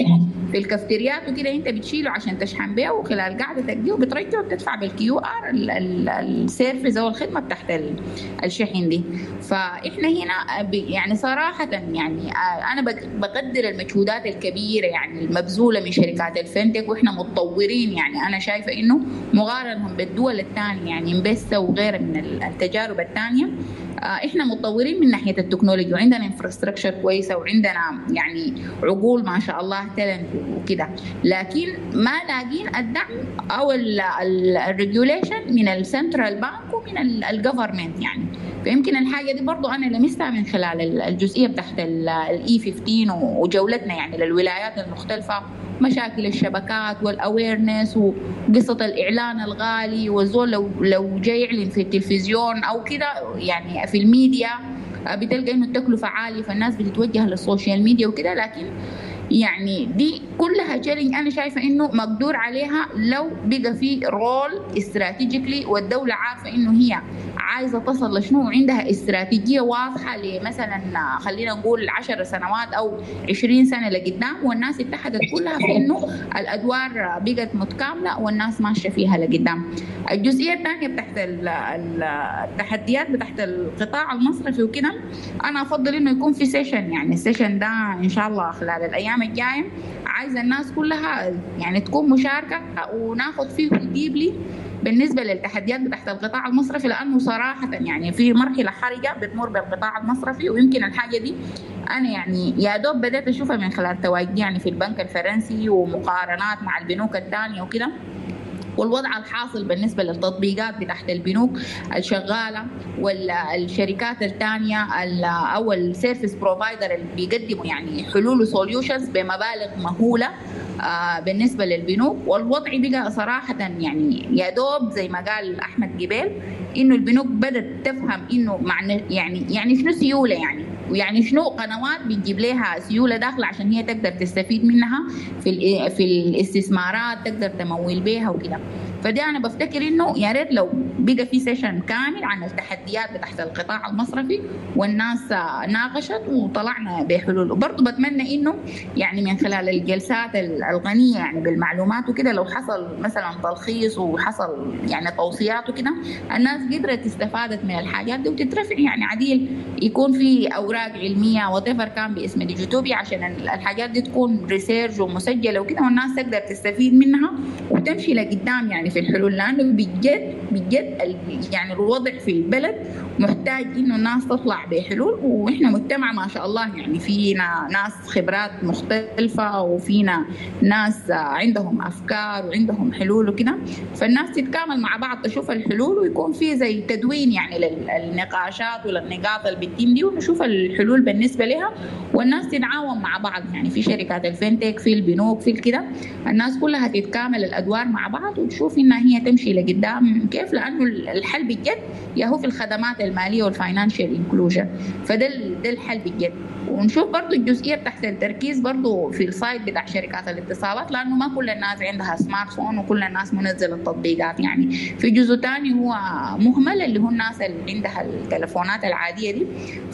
في الكافتريات وكده انت بتشيله عشان تشحن بيه، وخلال قعدتك دي وبترجعه وبتدفع بالكيو ار السيرفيس او الخدمه بتاعت الشحن دي. فاحنا هنا يعني صراحه يعني انا بقدر المجهودات الكبيره يعني المبذوله من شركات الفنتك، واحنا متطورين. يعني انا شايفه انه مقارنه بالدول الثانيه يعني امبيسا وغيرها من التجارب الثانيه احنا متطورين من ناحيه التكنولوجيا، وعندنا انفراستراكشر كويسه، وعندنا يعني عقول ما شاء الله تالنت وكده، لكن ما لاقين الدعم او الريجوليشن من السنترال بانك ومن الجفرمنت يعني. فيمكن الحاجه دي برضو انا لمستها من خلال الجزئيه بتاعت الاي 15 وجولتنا يعني للولايات المختلفه، مشاكل الشبكات والاويرنس وقصه الاعلان الغالي، والزول لو جاي يعلن في التلفزيون او كده يعني في الميديا بتلقى انه التكلفه عاليه، فالناس بتتوجه للسوشيال ميديا وكده. لكن يعني دي كلها تشالنج انا شايفه انه مقدور عليها لو بقى في رول استراتيجيكلي، والدوله عارفه انه هي عايزه تصل لشنو، عندها استراتيجيه واضحه لمثلا خلينا نقول 10 سنوات او 20 سنه لقدام، والناس اتحدت كلها في انه الادوار بقت متكامله والناس ماشيه فيها لقدام. الجزئيه الثانيه بتاعت التحديات بتاعت القطاع المصرفي وكده، انا افضل انه يكون في سيشن، يعني السيشن ده ان شاء الله خلال الايام الجايه عايزه الناس كلها يعني تكون مشاركه وناخذ فيه ديبلي بالنسبه للتحديات بتاعت القطاع المصرفي، لانه صراحه يعني في مرحله حرجه بتمر بالقطاع المصرفي. ويمكن الحاجه دي انا يعني يا دوب بدات اشوفها من خلال تواجدي يعني في البنك الفرنسي ومقارنات مع البنوك الثانيه وكده، والوضع الحاصل بالنسبة للتطبيقات بتاعت البنوك الشغالة والشركات الثانية أو السيرفيس بروفايدر اللي بيقدموا يعني حلول وسوليوشنز بمبالغ مهولة بالنسبة للبنوك. والوضع بقى صراحة يعني يا دوب زي ما قال أحمد جبال إنه البنوك بدأت تفهم إنه معنى يعني شنو سيولة يعني، ويعني شنو قنوات بتجيب لها سيولة داخلة عشان هي تقدر تستفيد منها في الاستثمارات، تقدر تمول بيها وكده. فدي أنا بفتكر إنه يا ريت لو بقى في سيشن كامل عن التحديات بتاعت القطاع المصرفي والناس ناقشت وطلعنا بحلول. وبرضه بتمنى إنه يعني من خلال الجلسات الغنية يعني بالمعلومات وكده لو حصل مثلا تلخيص وحصل يعني توصيات وكده، الناس قدرت استفادت من الحاجات دي وتترفع يعني عديل، يكون في أوراق علمية وتفر كان باسم ديجيتوبيا عشان الحاجات دي تكون ريسيرش ومسجلة وكده، والناس تقدر تستفيد منها وتمشي لقدام يعني في الحلول. لأنه بجد يعني الوضع في البلد محتاج إنه الناس تطلع بحلول، وإحنا مجتمع ما شاء الله يعني فينا ناس خبرات مختلفة وفينا ناس عندهم أفكار وعندهم حلول وكده، فالناس تتكامل مع بعض تشوف الحلول ويكون في زي تدوين يعني للنقاشات وللنقاط اللي بتتم دي، ونشوف الحلول بالنسبة لها والناس تتعاون مع بعض يعني في شركات الفنتك في البنوك في كده، الناس كلها تتكامل الأدوار مع بعض وتشوف إنها هي تمشي لقدام كيف. لأنه الحل بجد يهو في الخدمات المالية والفاينانشال انكلوجن، فده الحل بجد. ونشوف برضو الجزئية بتاعت التركيز برضو في السايت بتاع شركات الاتصالات، لأنه ما كل الناس عندها سمارت فون وكل الناس منزل التطبيقات، يعني في جزء تاني هو مهمل اللي هو الناس اللي عندها التلفونات العادية دي.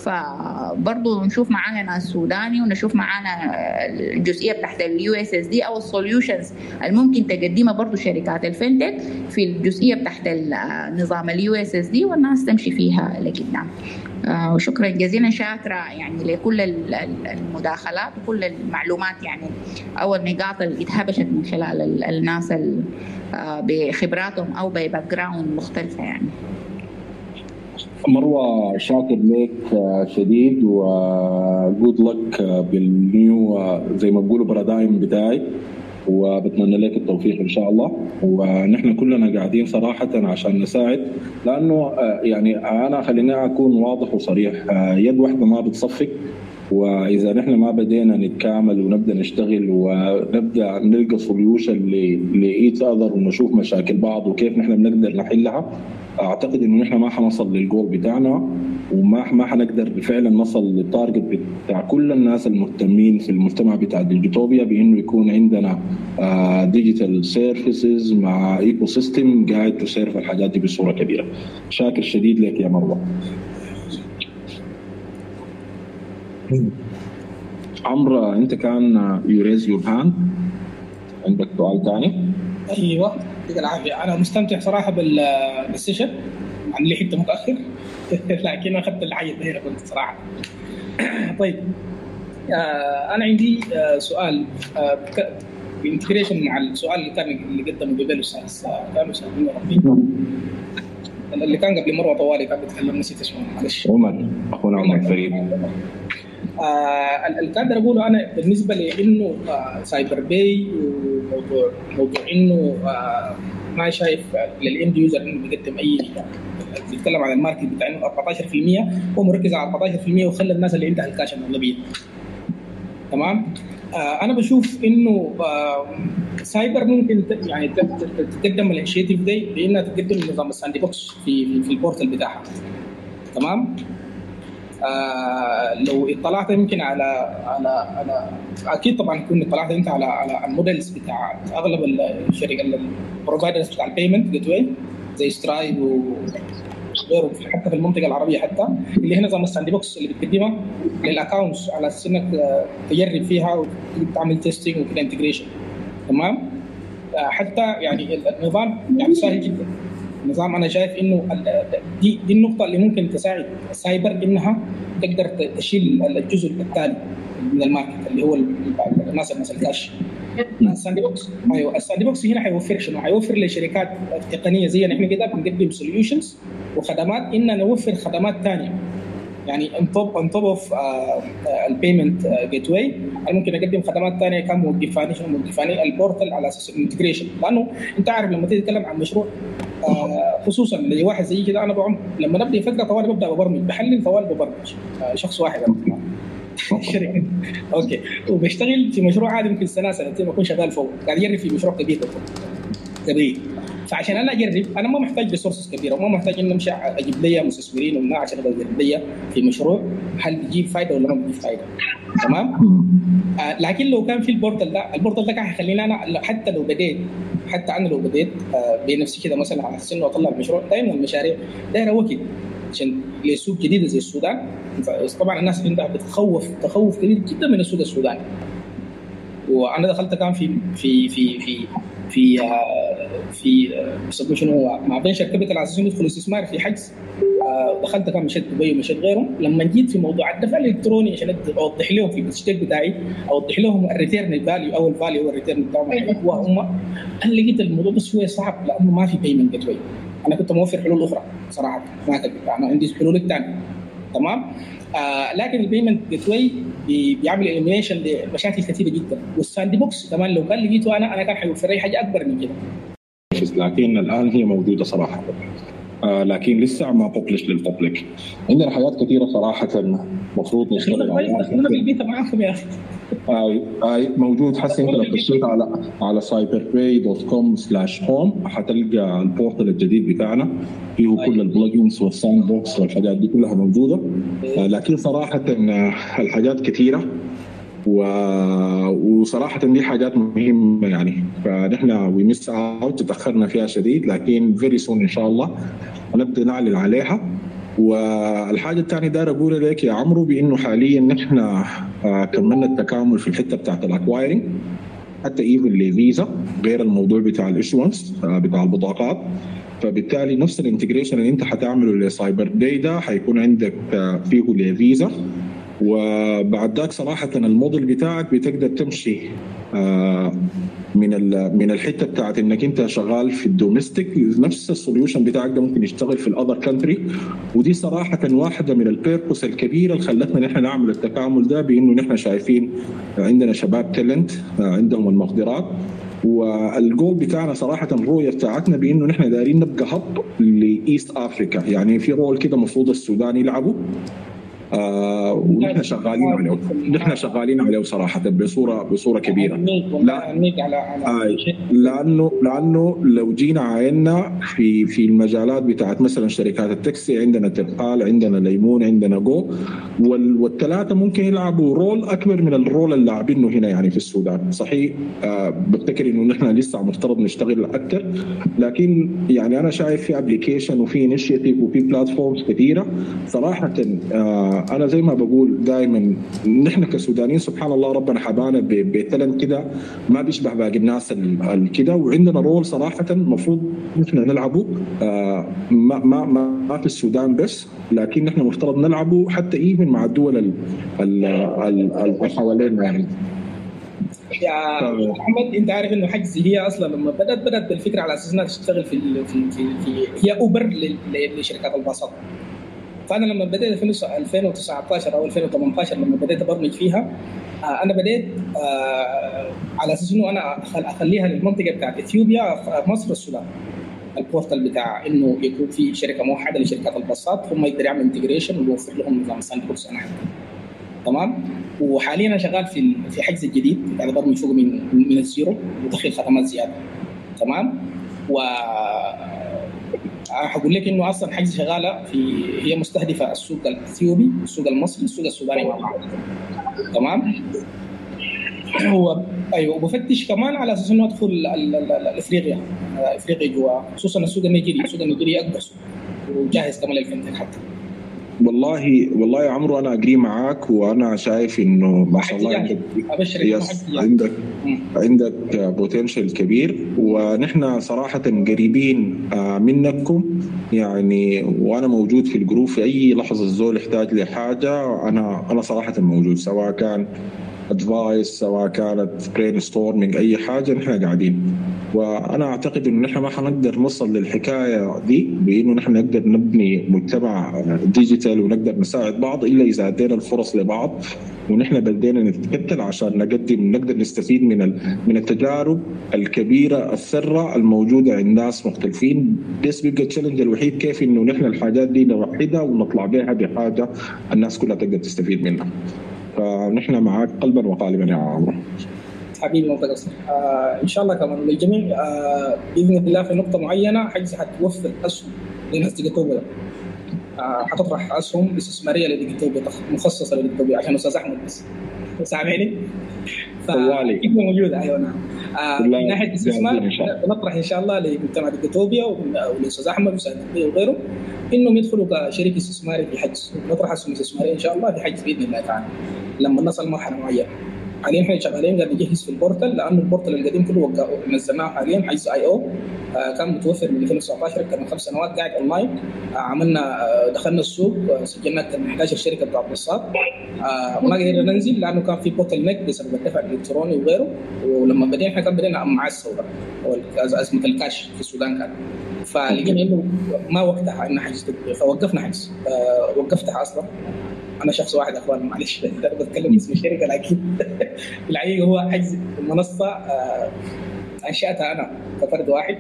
فبرضو نشوف معانا ناس سوداني ونشوف معانا الجزئية بتاعت اليو اس اس دي أو السوليوشنز الممكن تقدمها برضو شركات الفنتك في الجزئية بتاعت نظام اليو اس اس دي، والناس تمشي فيها لقدام. وشكرا جزيلا، شاكرة يعني لكل المداخلات وكل المعلومات يعني أو النقاط اللي اتهبشت من خلال الناس بخبراتهم أو بباك جراوند مختلفة يعني. مروة شاكر لك شديد وجود لك بالنيو زي ما بقولوا برادايم بتاعي، وبتمنى لك التوفيق ان شاء الله. ونحن كلنا قاعدين صراحه عشان نساعد، لانه يعني انا خليني اكون واضح وصريح، يد واحده ما بتصفق، واذا نحن ما بدينا نتكامل ونبدا نشتغل ونبدا نلقى سوليوشن لايتش اذر ونشوف مشاكل بعض وكيف نحن بنقدر نحلها، اعتقد انه نحن ما حنصل للجول بتاعنا، وما حنقدر فعلا نصل للتارجت بتاع كل الناس المهتمين في المجتمع بتاع ديجيتوبيا، بانه يكون عندنا ديجيتال سيرفيسز مع ايكو سيستم قاعد تسيرف الحاجات دي بصوره كبيره. شاكر شديد لك يا مروه. عمرو انت كان يو ريز يور هاند. عندك سؤال ثاني؟ ايوه يعطيك العافيه. انا مستمتع صراحه بالسيشن، عن لي حته متاخر لكن اخذت الحيز هنا كنت صراحه. طيب انا عندي سؤال بانتجريشن مع السؤال اللي قدمه قبل الاستاذ اللي كان قبل مره طوالي كان بيتكلم، نسيت اسمه معلش. عمر، اخونا عمر فريد. اللي قادر اقوله انا بالنسبه لانه سايبر باي وموضوع انه ما شايف للاند يوزر انه بيقدم اي، بيتكلم عن الماركت بتاع انه 14% هو مركز على 14% وخلى الناس اللي عندها الكاش الاغلبيه. تمام. انا بشوف انه سايبر ممكن يعني تقدم الانشيتيف دي بانها تقدم نظام الساندي بوكس في البورتال بتاعها. تمام. لو اطلعت يمكن على اكيد طبعا كنت اطلعت انت على المودلز بتاع اغلب الشركات البروفايدرز بتاع البيمنت جيت واي زي سترايب وغيره، حتى في المنطقه العربيه حتى اللي هنا نظام الساندي بوكس اللي بتقدمها للاكونتس على اساس انك تجرب فيها وتعمل تيستينج وكده انتجريشن. تمام. حتى يعني النظام يعني سهل جدا. النظام انا شايف انه دي النقطه اللي ممكن تساعد السايبر انها تقدر تشيل الجزء الثاني من الماركت اللي هو الناس الكاش. الساندي بوكس، ايوه الساندي بوكس هنا حيوفر شنو؟ حيوفر لشركات تقنيه زينا احنا كده بنقدم سوليوشنز وخدمات، ان نوفر خدمات ثانيه يعني on top of البيمنت جيت واي. انا ممكن اقدم خدمات ثانيه كموقفاني البورتال على اساس الانتجريشن، لانه انت عارف لما تيجي تتكلم عن مشروع خصوصا لواحد زي كده، انا بعمر لما نبدا فتره طوال ببدا ببرمج، بحلل طوال ببرمج شخص واحد شركه اوكي، وبشتغل في مشروع عادي ممكن سنه سنتين اكون شغال فوق قاعد اجرب في مشروع كبير. فعشان انا اجرب انا ما محتاج ريسورسز كبيره وما محتاج ان امشي اجيب لي مستثمرين ولا عشان اجرب لي في مشروع هل بيجيب فائده ولا ما بيجيب فائده. تمام. لكن لو كان في البورتال ده كان هيخليني انا حتى انا لو بديت بنفسي كده مثلا على اساس انه اطلع المشروع. دائما المشاريع دايره وقت عشان لسوق جديده زي السودان. طبعا الناس عندها تخوف كبير جدا من السوق السوداني، وانا دخلت كان في بيسموه شنو مع فينشر كابيتال على اساس انه يدخل استثمار في حجز. دخلت كان مشيت دبي ومشيت غيرهم. لما جيت في موضوع الدفع الالكتروني عشان اوضح لهم في البروجكت بتاعي، اوضح لهم الريتيرن الفاليو او الفاليو والريتيرن بتاعهم هم انا لقيت الموضوع بس شويه صعب لانه ما في بيمنت جيت واي. انا كنت موفر حلول اخرى صراحه، ما كنت انا عندي حلول ثانيه. تمام. لكن البيمنت جيت واي بيعمل اليمينيشن لمشاكل كثيره جدا، والساندي بوكس كمان لو كان لقيته انا كان حيوفر لي حاجه اكبر من كده. لكن الان هي موجوده صراحه، لكن لسه ما بوبلش للببليك. عندنا حاجات كثيره صراحه المفروض نشتغل عليها. انا بالبيت معاكم يا اخي. موجود حسي. انت لو خشيت على cyberpay.com/home حتلقى البورتال الجديد بتاعنا فيه كل البلجنز والساند بوكس والحاجات دي كلها موجوده. لكن صراحه الحاجات كثيره وصراحه دي حاجات مهمه يعني، فنحن ويمس اوت تاخرنا فيها شديد، لكن فيري سون ان شاء الله هنبدا نعلن عليها. والحاجه الثانيه داير اقول لك يا عمرو بانه حاليا نحن كملنا التكامل في الحته بتاعت الاكوايرنج حتى ايفن لفيزا، غير الموضوع بتاع الايشونس بتاع البطاقات. فبالتالي نفس الانتجريشن اللي انت حتعمله لسايبر باي ده حيكون عندك فيه لفيزا. وبعد ذاك صراحه الموديل بتاعك بتقدر تمشي من الحته بتاعت انك انت شغال في الدوميستيك، نفس السوليوشن بتاعك ده ممكن يشتغل في الاذر كانتري. ودي صراحه واحده من البيربوس الكبيره اللي خلتنا نحن نعمل التكامل ده، بانه نحن شايفين عندنا شباب تالنت عندهم المقدرات. والجول بتاعنا صراحه الرؤيه بتاعتنا بانه نحن دايرين نبقى هب لايست افريكا، يعني في رول كده المفروض السودان يلعبوا. ونحن شغالين عليه صراحه بصوره كبيره. لانه لو جينا عينا في المجالات بتاعت مثلا شركات التاكسي، عندنا ترقال، عندنا ليمون، عندنا جو، والثلاثه ممكن يلعبوا رول اكبر من الرول اللي لاعبينه هنا يعني في السودان. صحيح بفتكر انه نحن لسه مفترض نشتغل اكثر، لكن يعني انا شايف في ابلكيشن وفي انيشيتيف وفي بلاتفورمز كثيره صراحه. انا زي ما بقول دائما نحن كسودانيين سبحان الله ربنا حبانا بتالنت كده ما بيشبه باقي الناس كده، وعندنا رول صراحه المفروض نحن نلعبه ما في السودان بس، لكن نحن مفترض نلعبه حتى ايفن مع الدول اللي حوالينا يعني. يا محمد انت عارف انه حجز هي اصلا لما بدات بالفكره على اساس انها تشتغل في هي اوبر لشركات الباصات. فانا لما بدات في 2019 او 2018 لما بدات ابرمج فيها انا بديت على اساس انه انا اخليها للمنطقه بتاعت اثيوبيا مصر السودان. البورتال بتاع انه يكون في شركه موحده لشركات الباصات هم يقدروا يعملوا انتجريشن ويوفر لهم نظام ساند بوكس انا تمام. وحاليا انا شغال في حجز الجديد قاعد برمج فوق من الزيرو ودخل خدمات زياده تمام. و هقول لك انه اصلا حجز شغاله هي مستهدفه السوق الاثيوبي السوق المصري السوق السوداني مع بعض تمام. هو ايوه وبفتش كمان على اساس انه ادخل افريقيا جوا، خصوصا السوق النيجيري اكبر سوق وجاهز كمان للفنتك حتى. والله يا عمرو انا اجري معاك، وانا شايف انه ما شاء الله عندك بوتنشل كبير، ونحن صراحه قريبين منكم يعني. وانا موجود في الجروب في اي لحظه الزول يحتاج لحاجه انا صراحه موجود، سواء كان ادفايس سواء كانت برين ستورمينج اي حاجه نحن قاعدين. وانا اعتقد انه نحن ما حنقدر نوصل للحكايه دي بانه نحن نقدر نبني مجتمع ديجيتال ونقدر نساعد بعض الا اذا ادينا الفرص لبعض ونحن بدينا نتكتل عشان نقدر نستفيد من التجارب الكبيره الثره الموجوده عند ناس مختلفين. بس بيبقى التشالنج الوحيد كيف انه نحن الحاجات دي نوحدها ونطلع بها بحاجه الناس كلها تقدر تستفيد منها. فنحن معاك قلبا وقالبا يا عمرو حبيبي منتقص. ان شاء الله كمان للجميع باذن الله في نقطه معينه حجز حتوفر اسهم لناس ديجيتوبيا، حتطرح اسهم استثماريه لديجيتوبيا مخصصه لديجيتوبيا عشان استاذ احمد بس سامعني. طوالي موجوده ايوه نعم. من ناحيه الاستثمار بنطرح ان شاء الله لمجتمع ديجيتوبيا والاستاذ احمد وسعادتي وغيره انهم يدخلوا كشريك استثماري في حجز، نطرح اسهم استثماريه ان شاء الله في حجز باذن الله تعالى لما نصل مرحله معينه. حاليا احنا شغالين قاعد نجهز في البورتال، لانه البورتال القديم كله نزلناه حاليا حيث IO كان متوفر من 2019 اكثر من 5 سنوات قاعد اونلاين. عملنا دخلنا السوق سجلنا اكثر من 11 شركه بتاع باصات وما قدرنا ننزل لانه كان في بورتال نيك بسبب الدفع الالكتروني وغيره. ولما بدينا احنا كان بدينا مع الثوره ازمه الكاش في السودان كان، فلقينا انه ما وقتها ان حجز فوقفنا حجز وقفتها اصلا. انا شخص واحد اخوان معلش انا بتكلم اسم الشركه لكن في الحقيقه هو حجز المنصه انشاتها انا كفرد واحد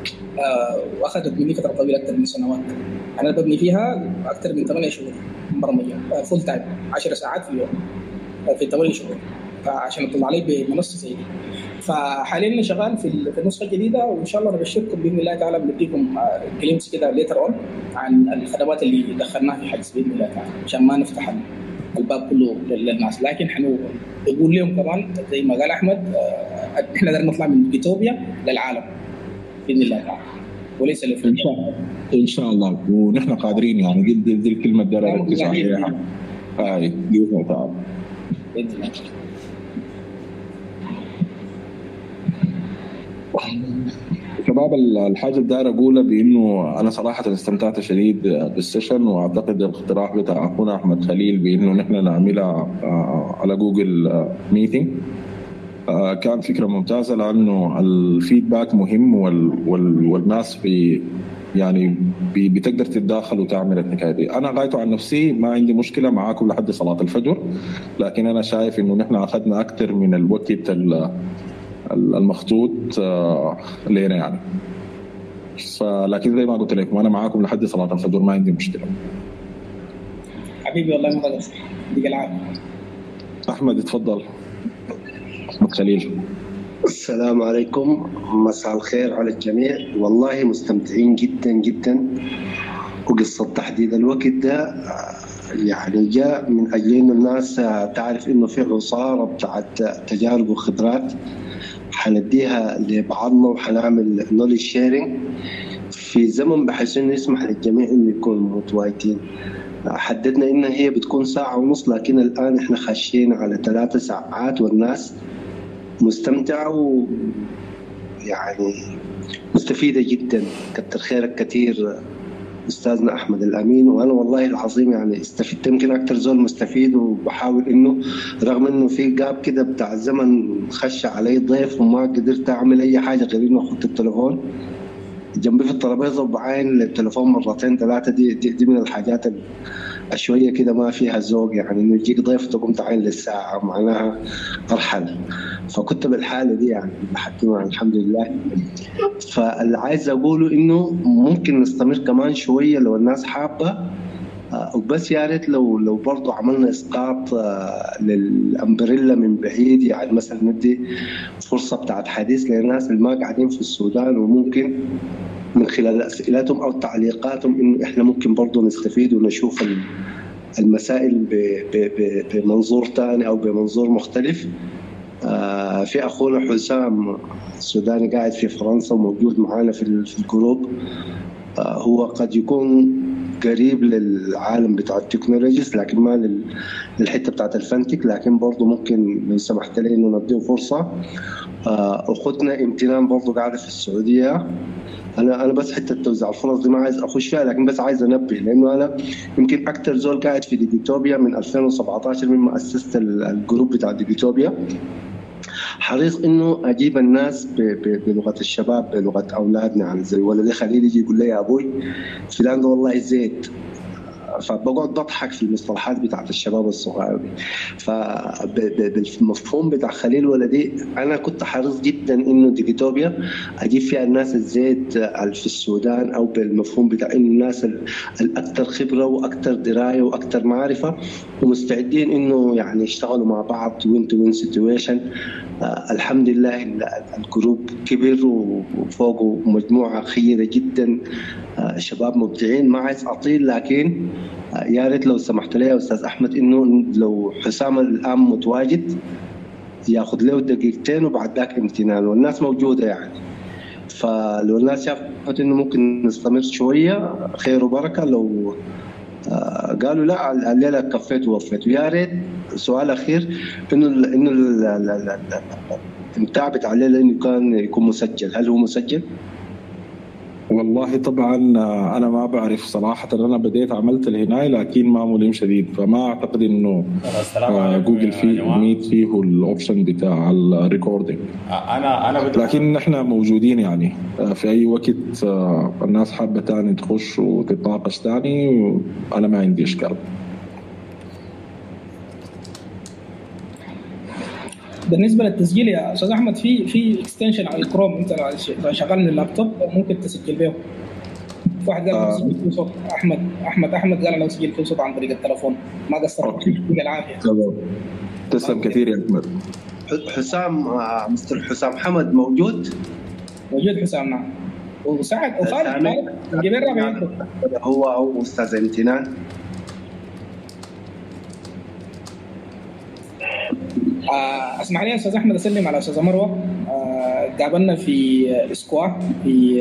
واخذت مني فتره طويله اكثر من سنوات. انا ببني فيها اكثر من 8 شهور برمجه فول تايم 10 ساعات في اليوم في 8 شهور عشان اطلع عليه بمنصه زي دي. فحاليا شغال في النسخه الجديده، وان شاء الله نبشركم باذن الله تعالى بنديكم كليمز كده ليتر اون عن الخدمات اللي دخلناها في حجز باذن الله تعالى عشان ما نفتح الباب كله للناس. لكن نقول لهم كمان زي ما قال احمد احنا نقدر نطلع من ديجيتوبيا للعالم باذن الله تعالى وليس لافريقيا ان شاء الله. ونحن قادرين يعني دي الكلمه اللي ركز عليها باذن الله تعالى باذن الله. شباب الحاجة اللي داير أقولها بأنه أنا صراحة استمتعت شديد بالسيشن، وأعتقد الاقتراح بتاع أخونا أحمد خليل بأنه نحن نعملها على جوجل ميتينج كان فكرة ممتازة، لأنه الفيدباك مهم والناس يعني بتقدر تتداخل وتعمل الحكاية دي. أنا غايته عن نفسي ما عندي مشكلة معاكم لحد صلاة الفجر، لكن أنا شايف إنه نحن أخذنا أكثر من الوقت المخطوط لنا يعني. لكن زي ما قلت لكم أنا معاكم لحد صلاة الفجر ما عندي مشكلة. حبيبي والله ما غلط ديك العافية. أحمد اتفضل. أحمد خليل. السلام عليكم، مساء الخير على الجميع. والله مستمتعين جدا جدا، وقصة تحديد الوقت ده يعني جاء من أجل إنه الناس تعرف إنه في عصارة بتاعت تجارب وخبرات حنديها لبعضنا وحنعمل نوليدج شيرنج في زمن بحيث إنه يسمح للجميع إنه يكونوا متواجدين. حددنا إنها هي بتكون 1.5 ساعة، لكن الآن إحنا خاشين على 3 ساعات والناس مستمتعة يعني مستفيدة جدا. كتر خيرك كثير أستاذنا أحمد الأمين، وأنا والله العظيم يعني استفدت يمكن أكتر زول مستفيد، وبحاول إنه رغم إنه في جاب كده بتاع الزمن خش علي ضيف وما قدرت أعمل أي حاجة غير إنه أخذ التليفون جنبي في الترابيزة وبعاين التليفون 2 3 دي من الحاجات شوية كده ما فيها ذوق، يعني إنه يجيك ضيف تقوم تعين للساعة معناها أرحل. فكنت بالحالة دي يعني لحد ما الحمد لله. فاللي عايز أقوله إنه ممكن نستمر كمان شوية لو الناس حابة، وبس يا ريت لو برضه عملنا إسقاط للأمبريلا من بعيد، يعني مثلا ندي فرصة بتاعت حديث للناس اللي ما قاعدين في السودان، وممكن من خلال أسئلتهم أو تعليقاتهم إنه إحنا ممكن برضه نستفيد ونشوف المسائل بمنظور تاني أو بمنظور مختلف. في أخونا حسام السوداني قاعد في فرنسا وموجود معانا في الجروب، هو قد يكون قريب للعالم بتاع التكنولوجيز لكن ما للحتة بتاعت الفنتك، لكن برضه ممكن لو سمحت لي إنه نديه فرصة. أخذنا امتنان برضه قاعدة في السعودية. أنا بس حتة توزيع الفرص دي ما عايز أخش فيها، لكن بس عايز أنبه لأنه أنا يمكن أكتر زول قاعد في ديجيتوبيا من 2017 من مؤسسة الجروب بتاع ديجيتوبيا، حريص إنه أجيب الناس بلغة الشباب بلغة أولادنا، يعني زي ولدي خليل يجي يقول لي يا أبوي فلان ده والله زيت، فبقعد بضحك في المصطلحات بتاعت الشباب الصغار دي. فبالمفهوم بتاع خليل ولدي أنا كنت حريص جدا إنه ديجيتوبيا أجيب فيها الناس الزيت في السودان، أو بالمفهوم بتاع إنه الناس الأكثر خبرة وأكثر دراية وأكثر معرفة ومستعدين إنه يعني يشتغلوا مع بعض وين تو وين سيتويشن. الحمد لله الجروب كبر وفوقه مجموعة خيرة جدا، شباب مبدعين. ما عايز أطيل، لكن يا ريت لو سمحت لي يا أستاذ أحمد إنه لو حسام الآن متواجد ياخذ له 2 دقيقتين وبعد ذاك امتنان، والناس موجودة يعني. فلو الناس شافت إنه ممكن نستمر شوية خير وبركة، لو قالوا لا الليلة كفيت ووفيت. ويا ريت سؤال أخير إنه الإمتاع بتاع الليلة إنه كان يكون مسجل، هل هو مسجل؟ والله طبعا انا ما بعرف صراحه، انا بديت عملت الهناي لكن ما ملم شديد، فما اعتقد انه جوجل فيه ميت فيه الاوبشن بتاع الريكوردينج. لكن احنا موجودين يعني في اي وقت الناس حابه تاني تخش وتتناقش تاني، وانا ما عندي اشكال. بالنسبه للتسجيل يا استاذ احمد، في اكستنشن على الكروم، انت لو شغال من اللابتوب ممكن تسجل به. في واحد قال لو سجل فيه صوت، احمد قال لو سجل فيه صوت عن طريق التليفون، ما قصرت فيه العافيه. تسلم كثير يا احمد. حسام مستر حسام حمد موجود حسام، نعم. وسعد وخالد جبير رابع هو او استاذ امتنان. اسمح لي يا استاذ احمد اسلم على استاذه مروه. قابلنا في اسكوا في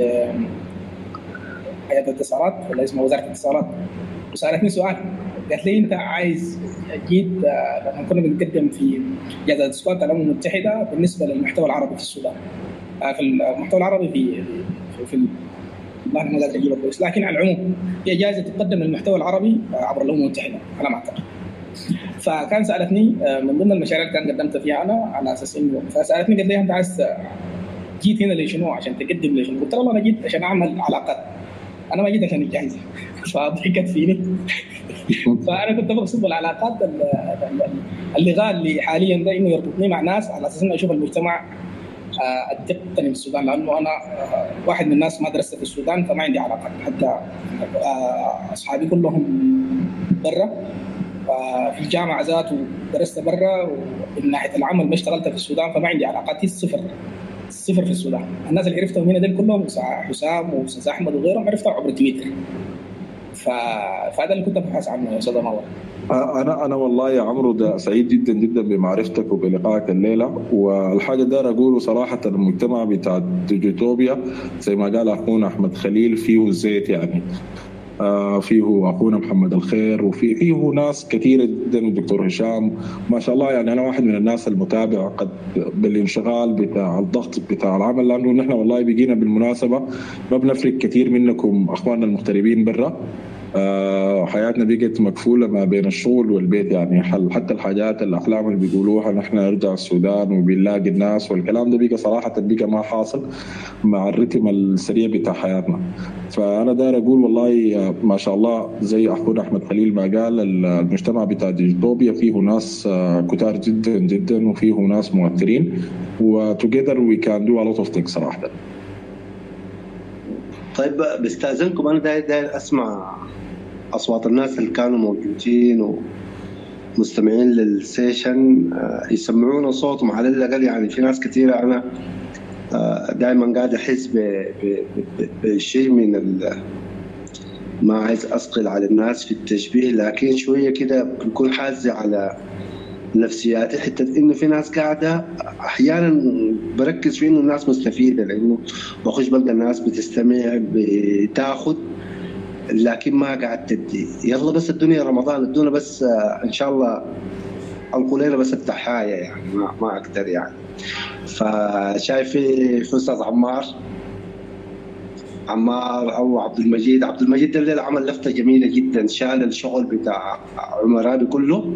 هيئه الاتصالات ولا اسمها وزاره الاتصالات، وسالتني سؤال، قالت لي انت عايز جيت لما كنا بنقدم في جائزه اسكوا الامم المتحده بالنسبه للمحتوى العربي في السودان، في المحتوى العربي في ما انا قادر اجيبه كويس، لكن على العموم هي جائزه تقدم للمحتوى العربي عبر الامم المتحده على ما اعتقد. فكان سالتني من ضمن المشاريع اللي كان قدمت فيها انا على اساس انه، فسالتني قالت لي انت عايز جيت هنا ليش شنو عشان تقدم ليش؟ قلت لها انا جيت عشان اعمل علاقات، انا ما جيت عشان الجائزه. فضحكت فيني. فانا كنت بقصد بالعلاقات اللغه اللي حاليا ده انه يربطني مع ناس على اساس انه اشوف المجتمع التقني في السودان، لانه انا واحد من الناس ما درست في السودان فما عندي علاقات، حتى اصحابي كلهم برا في الجامعه ذاته درست برا، ومن ناحيه العمل ما اشتغلت في السودان فما عندي علاقات صفر في السودان. الناس اللي عرفتهم هنا دول كلهم حسام واستاذ احمد وغيرهم عرفتهم عبر تويتر. فهذا اللي كنت ببحث عنه يا استاذ انور. انا والله يا عمرو ده سعيد جدا جدا بمعرفتك وبلقائك الليله. والحاجه داير اقوله صراحه المجتمع بتاع ديجيتوبيا زي ما قال اخونا احمد خليل فيه الزيت يعني. فيه اخونا محمد الخير وفيه ناس كثيره جدا الدكتور هشام ما شاء الله. يعني انا واحد من الناس المتابع قد بالانشغال بتاع الضغط بتاع العمل، لانه نحن والله بقينا بالمناسبه ما بنفرق كثير منكم اخواننا المغتربين برا. حياتنا بقت مكفوله ما بين الشغل والبيت يعني. حتى الحاجات الاحلام اللي بيقولوها نحن نرجع السودان وبنلاقي الناس والكلام ده بقى صراحه بقى ما حاصل مع الرتم السريع بتاع حياتنا. فانا داير اقول والله ما شاء الله زي اخونا احمد خليل ما قال المجتمع بتاع ديجيتوبيا فيه ناس كتار جدا جدا وفيه ناس مؤثرين وtogether we can do a lot of things صراحه. طيب بستأذنكم أنا داير أسمع أصوات الناس اللي كانوا موجودين ومستمعين للسيشن يسمعونا صوتهم على الأقل. يعني في ناس كثيرة أنا دائما قاعد أحس بشيء من ما عايز أثقل على الناس في التشبيه، لكن شوية كده بكون حازة على نفسياتي حتى إنه في ناس قاعدة أحيانا بركز في إنه الناس مستفيدة، لأنه بخش بلقى الناس بتستمع بتاخد لكن ما قاعد تدي. يلا بس الدنيا رمضان ادونا بس إن شاء الله أنقل لنا بس التحايا يعني ما أقدر يعني. فشايف في أستاذ عمار أو عبد المجيد الليلة عمل لفتة جميلة جدا، شال الشغل بتاع عمراني كله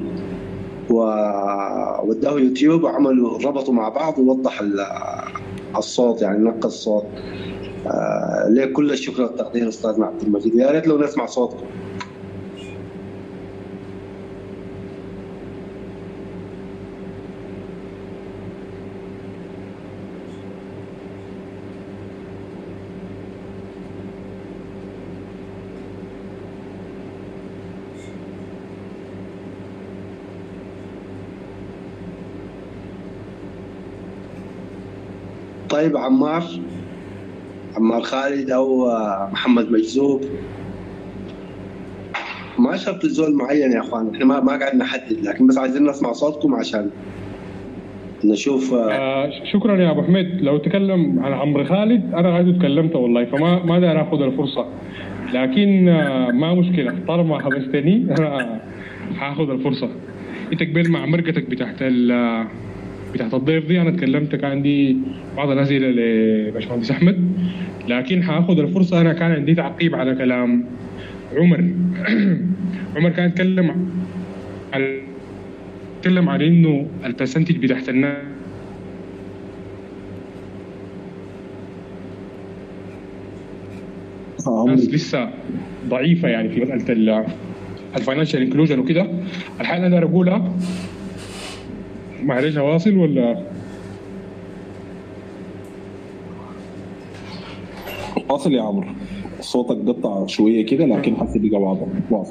ووداه يوتيوب وعملوا ربطوا مع بعض ووضح الصوت يعني نقى الصوت. ليه كل الشكر والتقدير أستاذنا عبد المجيد. يا ريت لو نسمع صوتكم. طيب عمار خالد أو محمد مجذوب، ما شرط زول معين يا أخوان، إحنا ما قاعد نحدد، لكن بس عايزين نسمع صوتكم عشان نشوف. شكرا يا أبو حميد. لو تكلم عن عمرو خالد أنا قاعد تكلمت والله، فما داير أخذ الفرصة، لكن ما مشكلة طالما حبستني أنا هاخذ الفرصة. أنت قبل مع مرقتك بتاعت الضيف دي أنا تكلمت، كان عندي بعض الأسئلة لباشمهندس أحمد، لكن هاخذ الفرصة. أنا كان عندي تعقيب على كلام عمر كان يتكلم عن إنه البرسنتج بتاعت الناس لسه ضعيفة يعني في مسألة الفاينانشال انكلوجن وكده. الحقيقة أنا أقولها معلش واصل ولا واصل يا عمرو؟ صوتك قطع شويه كده لكن حسي بقى واضح.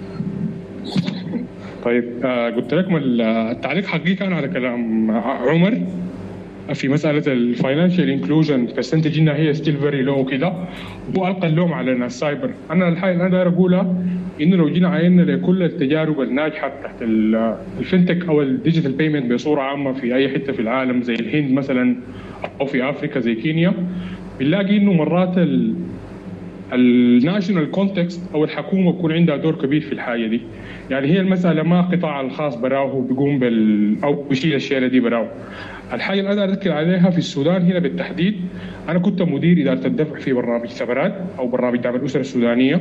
طيب قلت لكم التعليق حقيقي كان على كلام عمر في مساله الفاينانشال انكلوجن برسنتج انها هي ستيل فيري لو كده، هو القى اللوم على الناس سايبر. انا الحقيقه انا داير اقولها انه لو جينا عينا لكل التجارب الناجحه تحت الفinTech او الديجيتال بيمنت بصوره عامه في اي حته في العالم زي الهند مثلا او في افريقيا زي كينيا، بنلاقي انه مرات الناشونال كونتكست او الحكومه بيكون عندها دور كبير في الحاجه دي. يعني هي المساله ما القطاع الخاص براو بيقوم او بيشيل الشيله دي براو. الحاجه اللي انا اذكر عليها في السودان هنا بالتحديد، انا كنت مدير اداره الدفع في برنامج ثمرات او برنامج دعم الاسره السودانيه.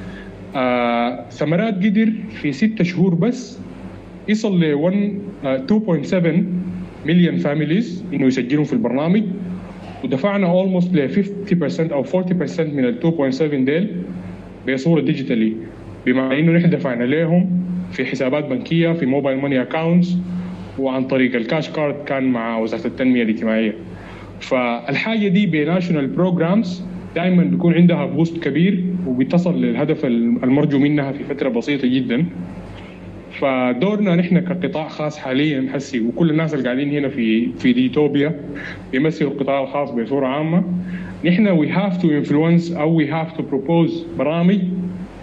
ثمرات قدر في 6 شهور بس يصل ل 2.7 مليون فاميليز انه يسجلون في البرنامج، ودفعنا almost ل 50% او 40% من ال 2.7 ديل بصوره ديجيتالي، بما انه نحن دفعنا لهم في حسابات بنكيه في موبايل ماني اكاونتس وعن طريق الكاش كارد كان مع وزاره التنميه الاجتماعيه. فالحاجه دي بناشونال بروجرامز دائما بيكون عندها بوست كبير وبتصل للهدف المرجو منها في فتره بسيطه جدا. فدورنا نحن كقطاع خاص حاليا حسي، وكل الناس اللي قاعدين هنا في ديجيتوبيا بيمثلوا القطاع الخاص بصوره عامه، نحن we have to influence او we have to propose برامج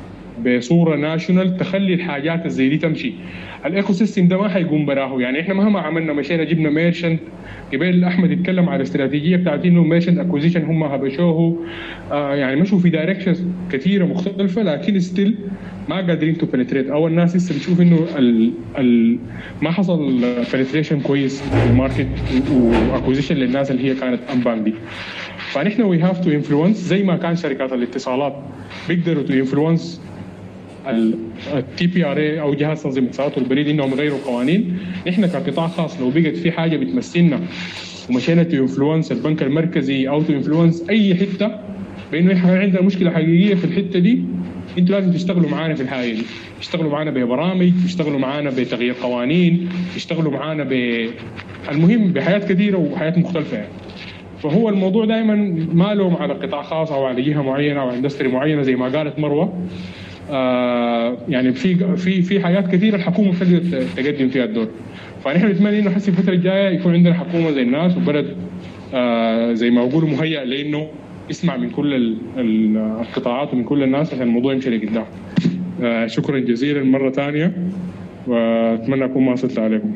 بصوره ناشونال تخلي الحاجات الزي دي تمشي. الايكو سيستم ده ما حيقوم براه، يعني احنا مهما عملنا مشينا جبنا ميرشنت، قبل احمد يتكلم على الاستراتيجيه بتاعت انه ميرشنت اكوزيشن هم هبشوه، يعني مشوا في دايركشنز كثيره مختلفه، لكن ستيل ما قادرين تو بنتريت، او الناس لسه بتشوف انه ما حصل بنتريشن كويس في الماركت واكوزيشن للناس اللي هي كانت انبان دي. فنحن وي هاف تو انفلونس زي ما كان شركات الاتصالات بيقدروا تو انفلونس التي بي ار اي او جهاز تنظيم الاتصالات والبريد انهم يغيروا قوانين. نحن كقطاع خاص لو بقت في حاجه بتمثلنا ومشينا تو انفلونس البنك المركزي او تو انفلونس اي حته بانه احنا عندنا مشكله حقيقيه في الحته دي، انتوا لازم تشتغلوا معانا في الحاجه دي، تشتغلوا معانا ببرامج، تشتغلوا معانا بتغيير قوانين، تشتغلوا معانا المهم بحياه كثيره وحياه مختلفه يعني. فهو الموضوع دائما ما لوم على قطاع خاص او على جهه معينه او اندستري معينه زي ما قالت مروه. يعني في حاجات كثيره الحكومه تقدر تقدم فيها الدور. فنحن نتمنى انه حسي الفتره الجايه يكون عندنا حكومه زي الناس وبلد زي ما بقولوا مهيئ لانه يسمع من كل القطاعات ومن كل الناس عشان الموضوع يمشي لقدام. شكرا جزيلا مره ثانيه واتمنى اكون ما صلت عليكم.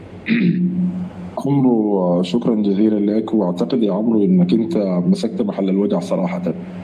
عمرو شكرا جزيلا لك، واعتقد يا عمرو انك انت مسكت محل الوجع صراحه.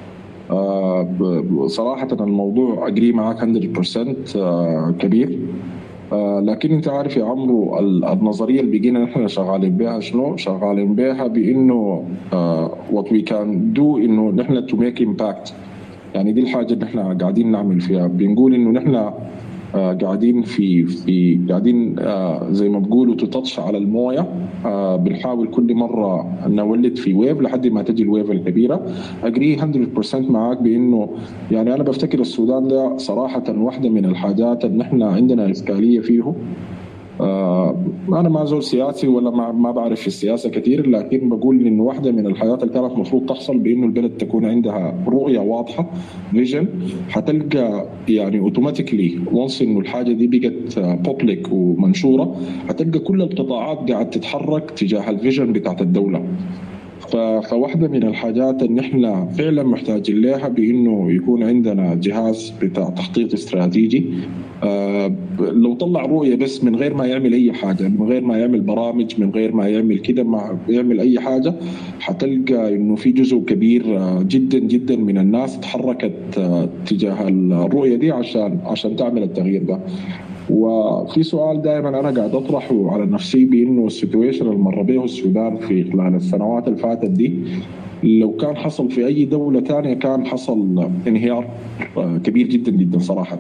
صراحه الموضوع اجري معك 100% كبير. لكن انت عارف يا عمرو النظريه اللي بقينا نحن شغالين بها شنو؟ شغالين بها بانه what we can do انه نحن to make impact. يعني دي الحاجه اللي نحن قاعدين نعمل فيها. بنقول انه نحن قاعدين قاعدين زي ما بقولوا تتطش على المويه. بنحاول كل مره نولد في ويف لحد ما تجي الويف الكبيره. اجري 100% معاك بانه يعني انا بفتكر السودان ده صراحه واحده من الحاجات اللي احنا عندنا اشكاليه فيه. انا ما زول سياسي ولا ما بعرف في السياسه كثير، لكن بقول انه واحده من الحاجات اللي كانت المفروض تحصل بانه البلد تكون عندها رؤيه واضحه، فيجن. حتلقى يعني اوتوماتيكلي وانس انه الحاجه دي بقت بوبليك ومنشوره، حتلقى كل القطاعات قاعد تتحرك تجاه الفيجن بتاعت الدوله. فواحدة من الحاجات اللي احنا فعلا محتاجين لها بانه يكون عندنا جهاز بتاع تخطيط استراتيجي. لو طلع رؤية بس من غير ما يعمل اي حاجة، من غير ما يعمل برامج، من غير ما يعمل كده، ما يعمل اي حاجة، حتلقى انه في جزء كبير جدا جدا من الناس تحركت تجاه الرؤية دي عشان تعمل التغيير ده. وفي سؤال دائما انا قاعد اطرحه على نفسي بانه السيتويشن اللي مر به السودان في خلال السنوات اللي فاتت دي لو كان حصل في اي دوله ثانيه كان حصل انهيار كبير جدا جدا صراحه.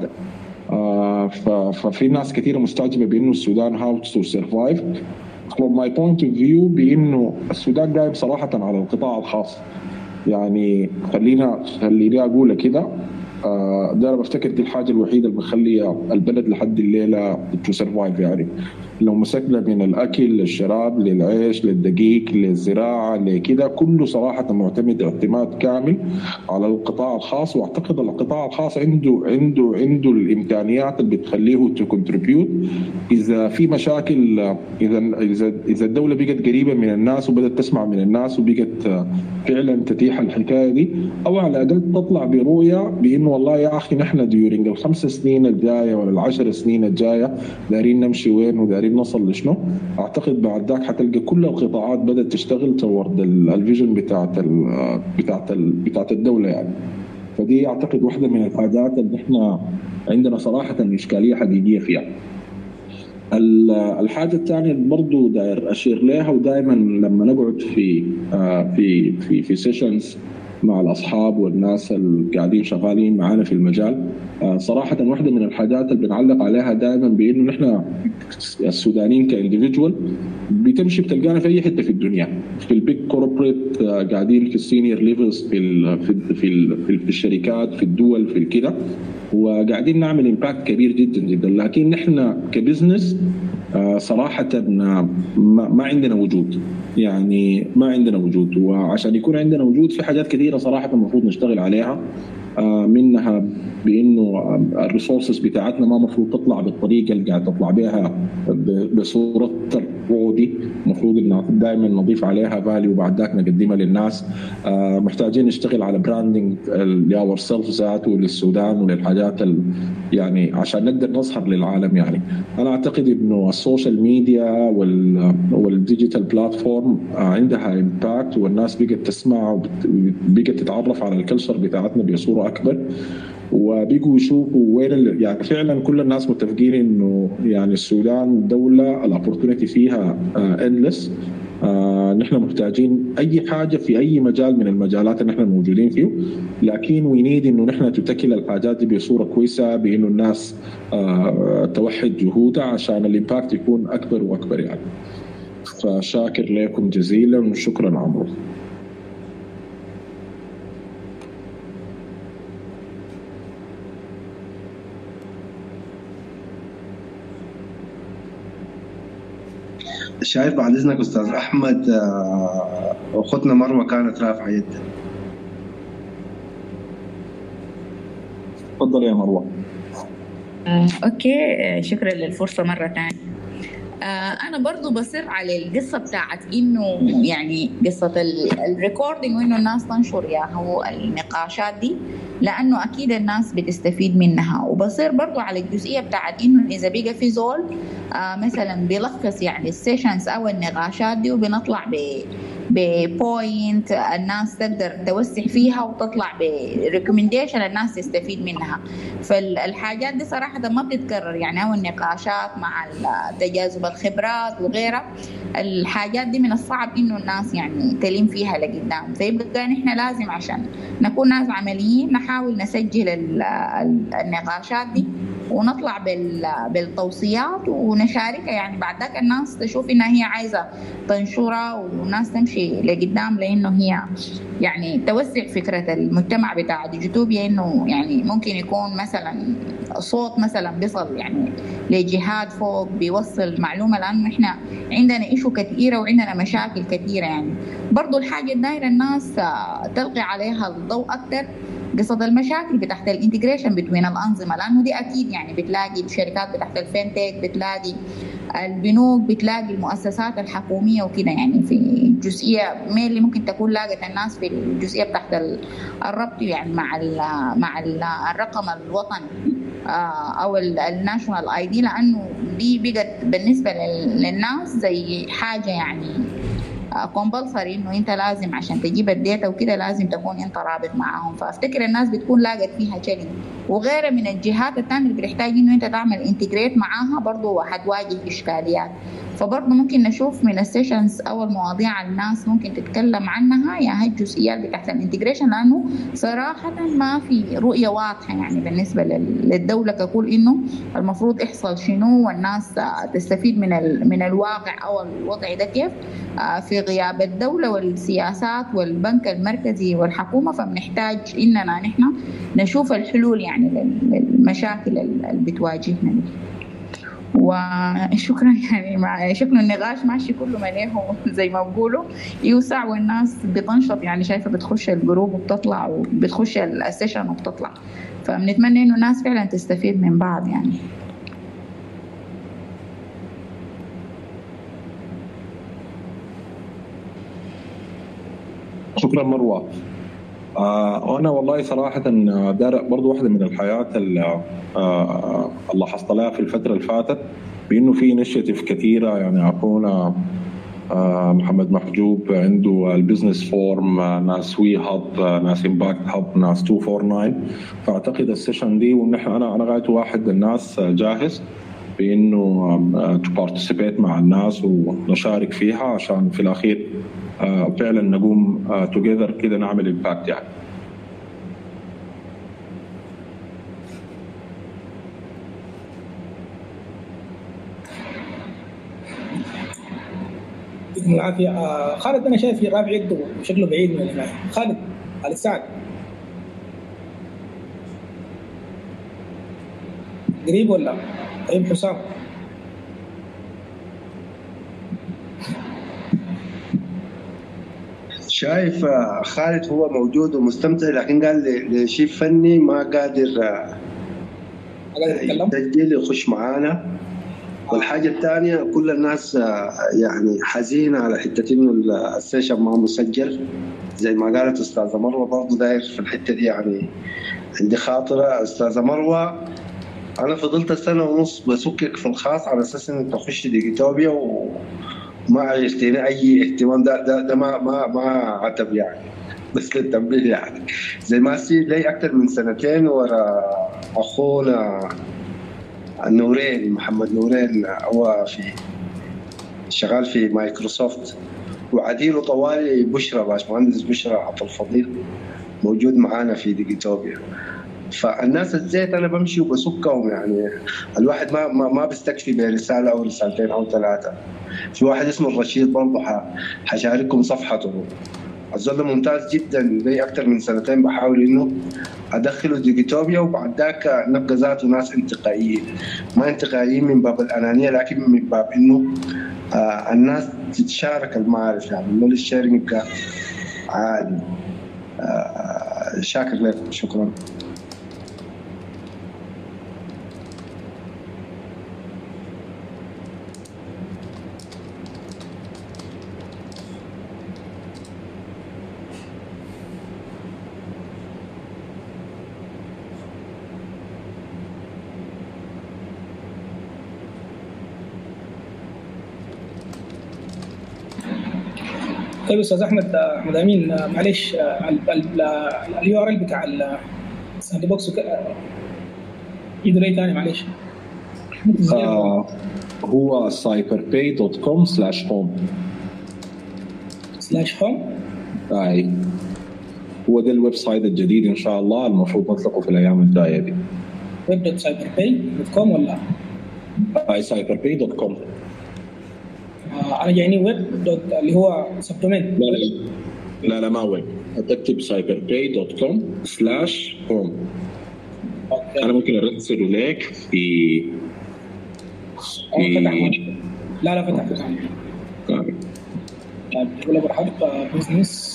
ففي ناس كثيره مستعجبه بانه السودان هاو تو سرفايف. from my point of view بانه السودان قايم صراحه على القطاع الخاص. يعني خليني اقول كده، ده انا بفتكر دي الحاجه الوحيده اللي مخليه البلد لحد الليله تو سرفايف. يعني لو مسكنا من الاكل للشراب للعيش للدقيق للزراعه لكده كله صراحه معتمد اعتماد كامل على القطاع الخاص. واعتقد القطاع الخاص عنده الامكانيات اللي بتخليه تو كونتريبيوت اذا في مشاكل. اذا الدوله بقت قريبه من الناس وبدات تسمع من الناس وبقت فعلا تتيح الحكايه دي، او على الاقل تطلع برؤيه بانه والله يا اخي نحن ديورينج ال5 سنين الجايه ولا ال10 سنين الجايه دارين نمشي وين ودارين نصل لشنو. اعتقد بعد ذاك حتلقى كل القطاعات بدات تشتغل تورد الفيجن بتاعت الدوله يعني. فدي اعتقد واحده من الحاجات اللي احنا عندنا صراحه اشكاليه حقيقيه فيها. الحاجه الثانيه برضو داير اشير لها، ودائما لما نقعد في سيشنز مع الاصحاب والناس اللي قاعدين شغالين معانا في المجال، صراحه واحده من الحاجات اللي بنعلق عليها دائما بانه نحن السودانيين كانديفيدوال بتمشي بتلقانا في اي حته في الدنيا، في البيج كوربريت، قاعدين في السينيور ليفلز في الشركات في الدول في الكده، وقاعدين نعمل امباكت كبير جدا جدا. لكن نحن كبزنس صراحه ما عندنا وجود، يعني ما عندنا وجود. وعشان يكون عندنا وجود في حاجات كثيره صراحه المفروض نشتغل عليها. منها بانه الريسورسز بتاعتنا ما مفروض تطلع بالطريقه اللي قاعد تطلع بها بصوره الرودي، المفروض انها دائما نضيف عليها فاليو وبعد ذاك نقدمها للناس. محتاجين نشتغل على براندنج لاور سيلف ذاته للسودان وللحاجات يعني عشان نقدر نظهر للعالم. يعني انا اعتقد انه السوشيال ميديا والديجيتال بلاتفورم عندها امباكت، والناس بقت تسمع وبقت تتعرف على الكلتشر بتاعتنا بصوره اكبر، وبيجوا يشوفوا وين يعني فعلا كل الناس متفقين انه يعني السودان دوله الاوبورتونيتي فيها اندلس. نحن محتاجين اي حاجه في اي مجال من المجالات اللي نحن موجودين فيه، لكن وينيد انه نحن تتكل الحاجات دي بصوره كويسه، بانه الناس توحد جهودها عشان الامباكت يكون اكبر واكبر يعني. فشاكر لكم جزيلا وشكرا عمرو. شايف بعد اذنك استاذ احمد، اختنا مروه كانت رافعه يدها. تفضل يا مروه. اوكي، شكرا للفرصه مره ثانيه. انا برضو بصر على القصه بتاعت انه يعني قصه الريكوردينج وانه الناس تنشر هو النقاشات دي، لانه اكيد الناس بتستفيد منها. وبصير برضو على الجزئيه بتاعت انه اذا بقى في زول مثلا بيلخص يعني السيشنز او النقاشات دي وبنطلع ببوينت الناس تقدر توسع فيها وتطلع بريكومنديشن الناس تستفيد منها. فالحاجات دي صراحه ما بتتكرر يعني، او النقاشات مع تجاذب الخبرات وغيرها، الحاجات دي من الصعب انه الناس يعني تلم فيها لقدام. فيبقى نحن لازم عشان نكون ناس عمليين نحاول نسجل النقاشات دي ونطلع بالتوصيات ونشاركها، يعني بعد ذاك الناس تشوف انها هي عايزه تنشرها والناس تمشي لقدام، لانه هي يعني توسع فكره المجتمع بتاع ديجيتوبيا، انه يعني ممكن يكون مثلا صوت مثلا بيصل يعني لجهات فوق بيوصل معلومه، لانه احنا عندنا ايشو كثيره وعندنا مشاكل كثيره. يعني برضو الحاجه دايره الناس تلقي عليها الضوء اكثر قصة المشاكل بتاعت الانتجريشن بين الأنظمة، لأنه دي أكيد يعني بتلاقي الشركات بتاعت الفينتك، بتلاقي البنوك، بتلاقي المؤسسات الحكومية وكده، يعني في جزئية اللي ممكن تكون لاقت الناس في الجزئية بتاعت الربط يعني مع الرقم الوطني أو الناشونال اي دي، لأنه دي بقت بالنسبة للناس زي حاجة يعني كومبلسري، انه انت لازم عشان تجيب الداتا وكده لازم تكون انت رابط معاهم. فافتكر الناس بتكون لاقت فيها تشالنج، وغيرها من الجهات الثانيه اللي بتحتاج انه انت تعمل انتجريت معاها برضه هتواجه اشكاليات. فبرضه ممكن نشوف من السيشنز او المواضيع الناس ممكن تتكلم عنها هي الجزئيات بتاعت الانتجريشن، لانه صراحه ما في رؤيه واضحه يعني بالنسبه للدوله ككل انه المفروض يحصل شنو والناس تستفيد من الواقع او الوضع ده كيف في غياب الدولة والسياسات والبنك المركزي والحكومة. فبنحتاج إننا نحن نشوف الحلول يعني للمشاكل اللي بتواجهنا دي. وشكرا يعني شكل النقاش ماشي كله مليه زي ما بقولوا يوسع، والناس بتنشط يعني شايفة بتخش الجروب وبتطلع وبتخش السيشن وبتطلع. فبنتمنى إنه الناس فعلا تستفيد من بعض يعني. شكرا مروه. وانا والله صراحه دار برضو واحده من الحياه اللي لاحظت لها في الفتره اللي فاتت بانه في انيشيتيف كثيره، يعني اخونا محمد محجوب عنده البزنس فورم، ناس وي هاب، ناس امباكت هاب، ناس 249. فاعتقد السيشن دي ونحن انا غايت واحد الناس جاهز بانه تو بارتيسيبيت مع الناس ونشارك فيها عشان في الاخير فعلا نقوم توجذر كده نعمل امباكت يعني. يعطيكم العافيه. خالد انا شايف رافع يده وشكله بعيد من الماء. خالد سعد قريب ولا؟ طيب حسام شايف خالد هو موجود ومستمتع، لكن قال لشيء فني ما قادر يسجل يخش معانا. والحاجة الثانية كل الناس يعني حزينة على حتة إنه السيشن ما مسجل، زي ما قالت أستاذة مروة برضو داير في الحتة دي. يعني عندي خاطرة أستاذة مروة، أنا فضلت سنة ونص بسكك في الخاص على أساس إنك تخش ديجيتوبيا وما عرفتني أي اهتمام. ده ما عتب يعني، بس للتنبيه يعني. زي ما سير لي أكثر من سنتين ورا أخونا نورين، محمد نورين، هو شغال في مايكروسوفت، وعديله طوالي بشرى باشمهندس بشرى عبد الفضيل موجود معانا في ديجيتوبيا. فالناس الزيت انا بمشي وبسكهم، يعني الواحد ما بيستكفي برساله او رسالتين او ثلاثه. في واحد اسمه الرشيد برضه حشارككم صفحته، الزول ممتاز جدا، لي اكثر من سنتين بحاول انه ادخله ديجيتوبيا، وبعد ذاك نبقى ذاته ناس انتقائيين، ما انتقائيين من باب الانانيه لكن من باب انه الناس تتشارك المعارف، يعني النولج شيرنج عادي. شاكر لكم، شكرا. طيب استاذ احمد امين، معلش اليو ار ال بتاع الساند بوكس يقدر ايه ثاني معلش؟ هو cyberpay.com/home. اي هو ده الويب سايت الجديد ان شاء الله، المفروض نطلقه في الايام الجايه دي. web.cyberpay.com ولا cyberpay.com؟ انا يعني ويب اللي هو سبدومين. لا ما ويب، تكتب cyberpay.com/home. انا ممكن ارسله لك في لا فتحته ثاني. طيب ولا بحط بزنس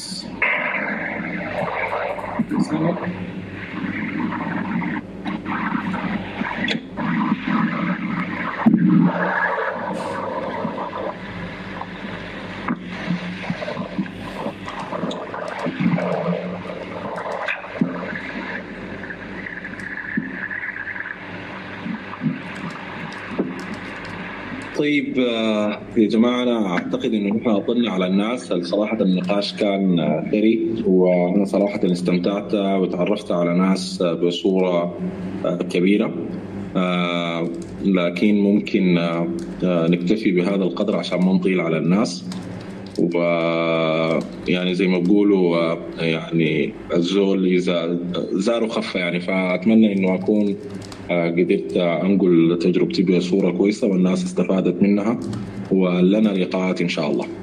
طيب يا جماعة، أنا أعتقد إنه نحن أطلنا على الناس. صراحة النقاش كان ثري، وأنا صراحة استمتعت وتعرفت على ناس بصورة كبيرة، لكن ممكن نكتفي بهذا القدر عشان ما نطيل على الناس. ويعني زي ما بيقولوا يعني الزول إذا زاره خفة يعني. فأتمنى إنه أكون قدرت أنقل تجربتي بصورة كويسة والناس استفادت منها، ولنا لقاءات إن شاء الله.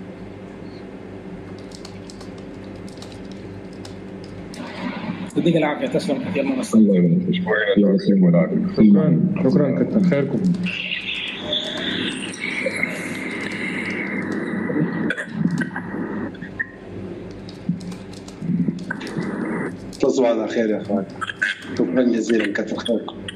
يديك العافية، تسلم كثير مرة. شكرا كتر خيركم. تصبحوا على خير يا اخوان، شكرا جزيلا، كثر خيركم.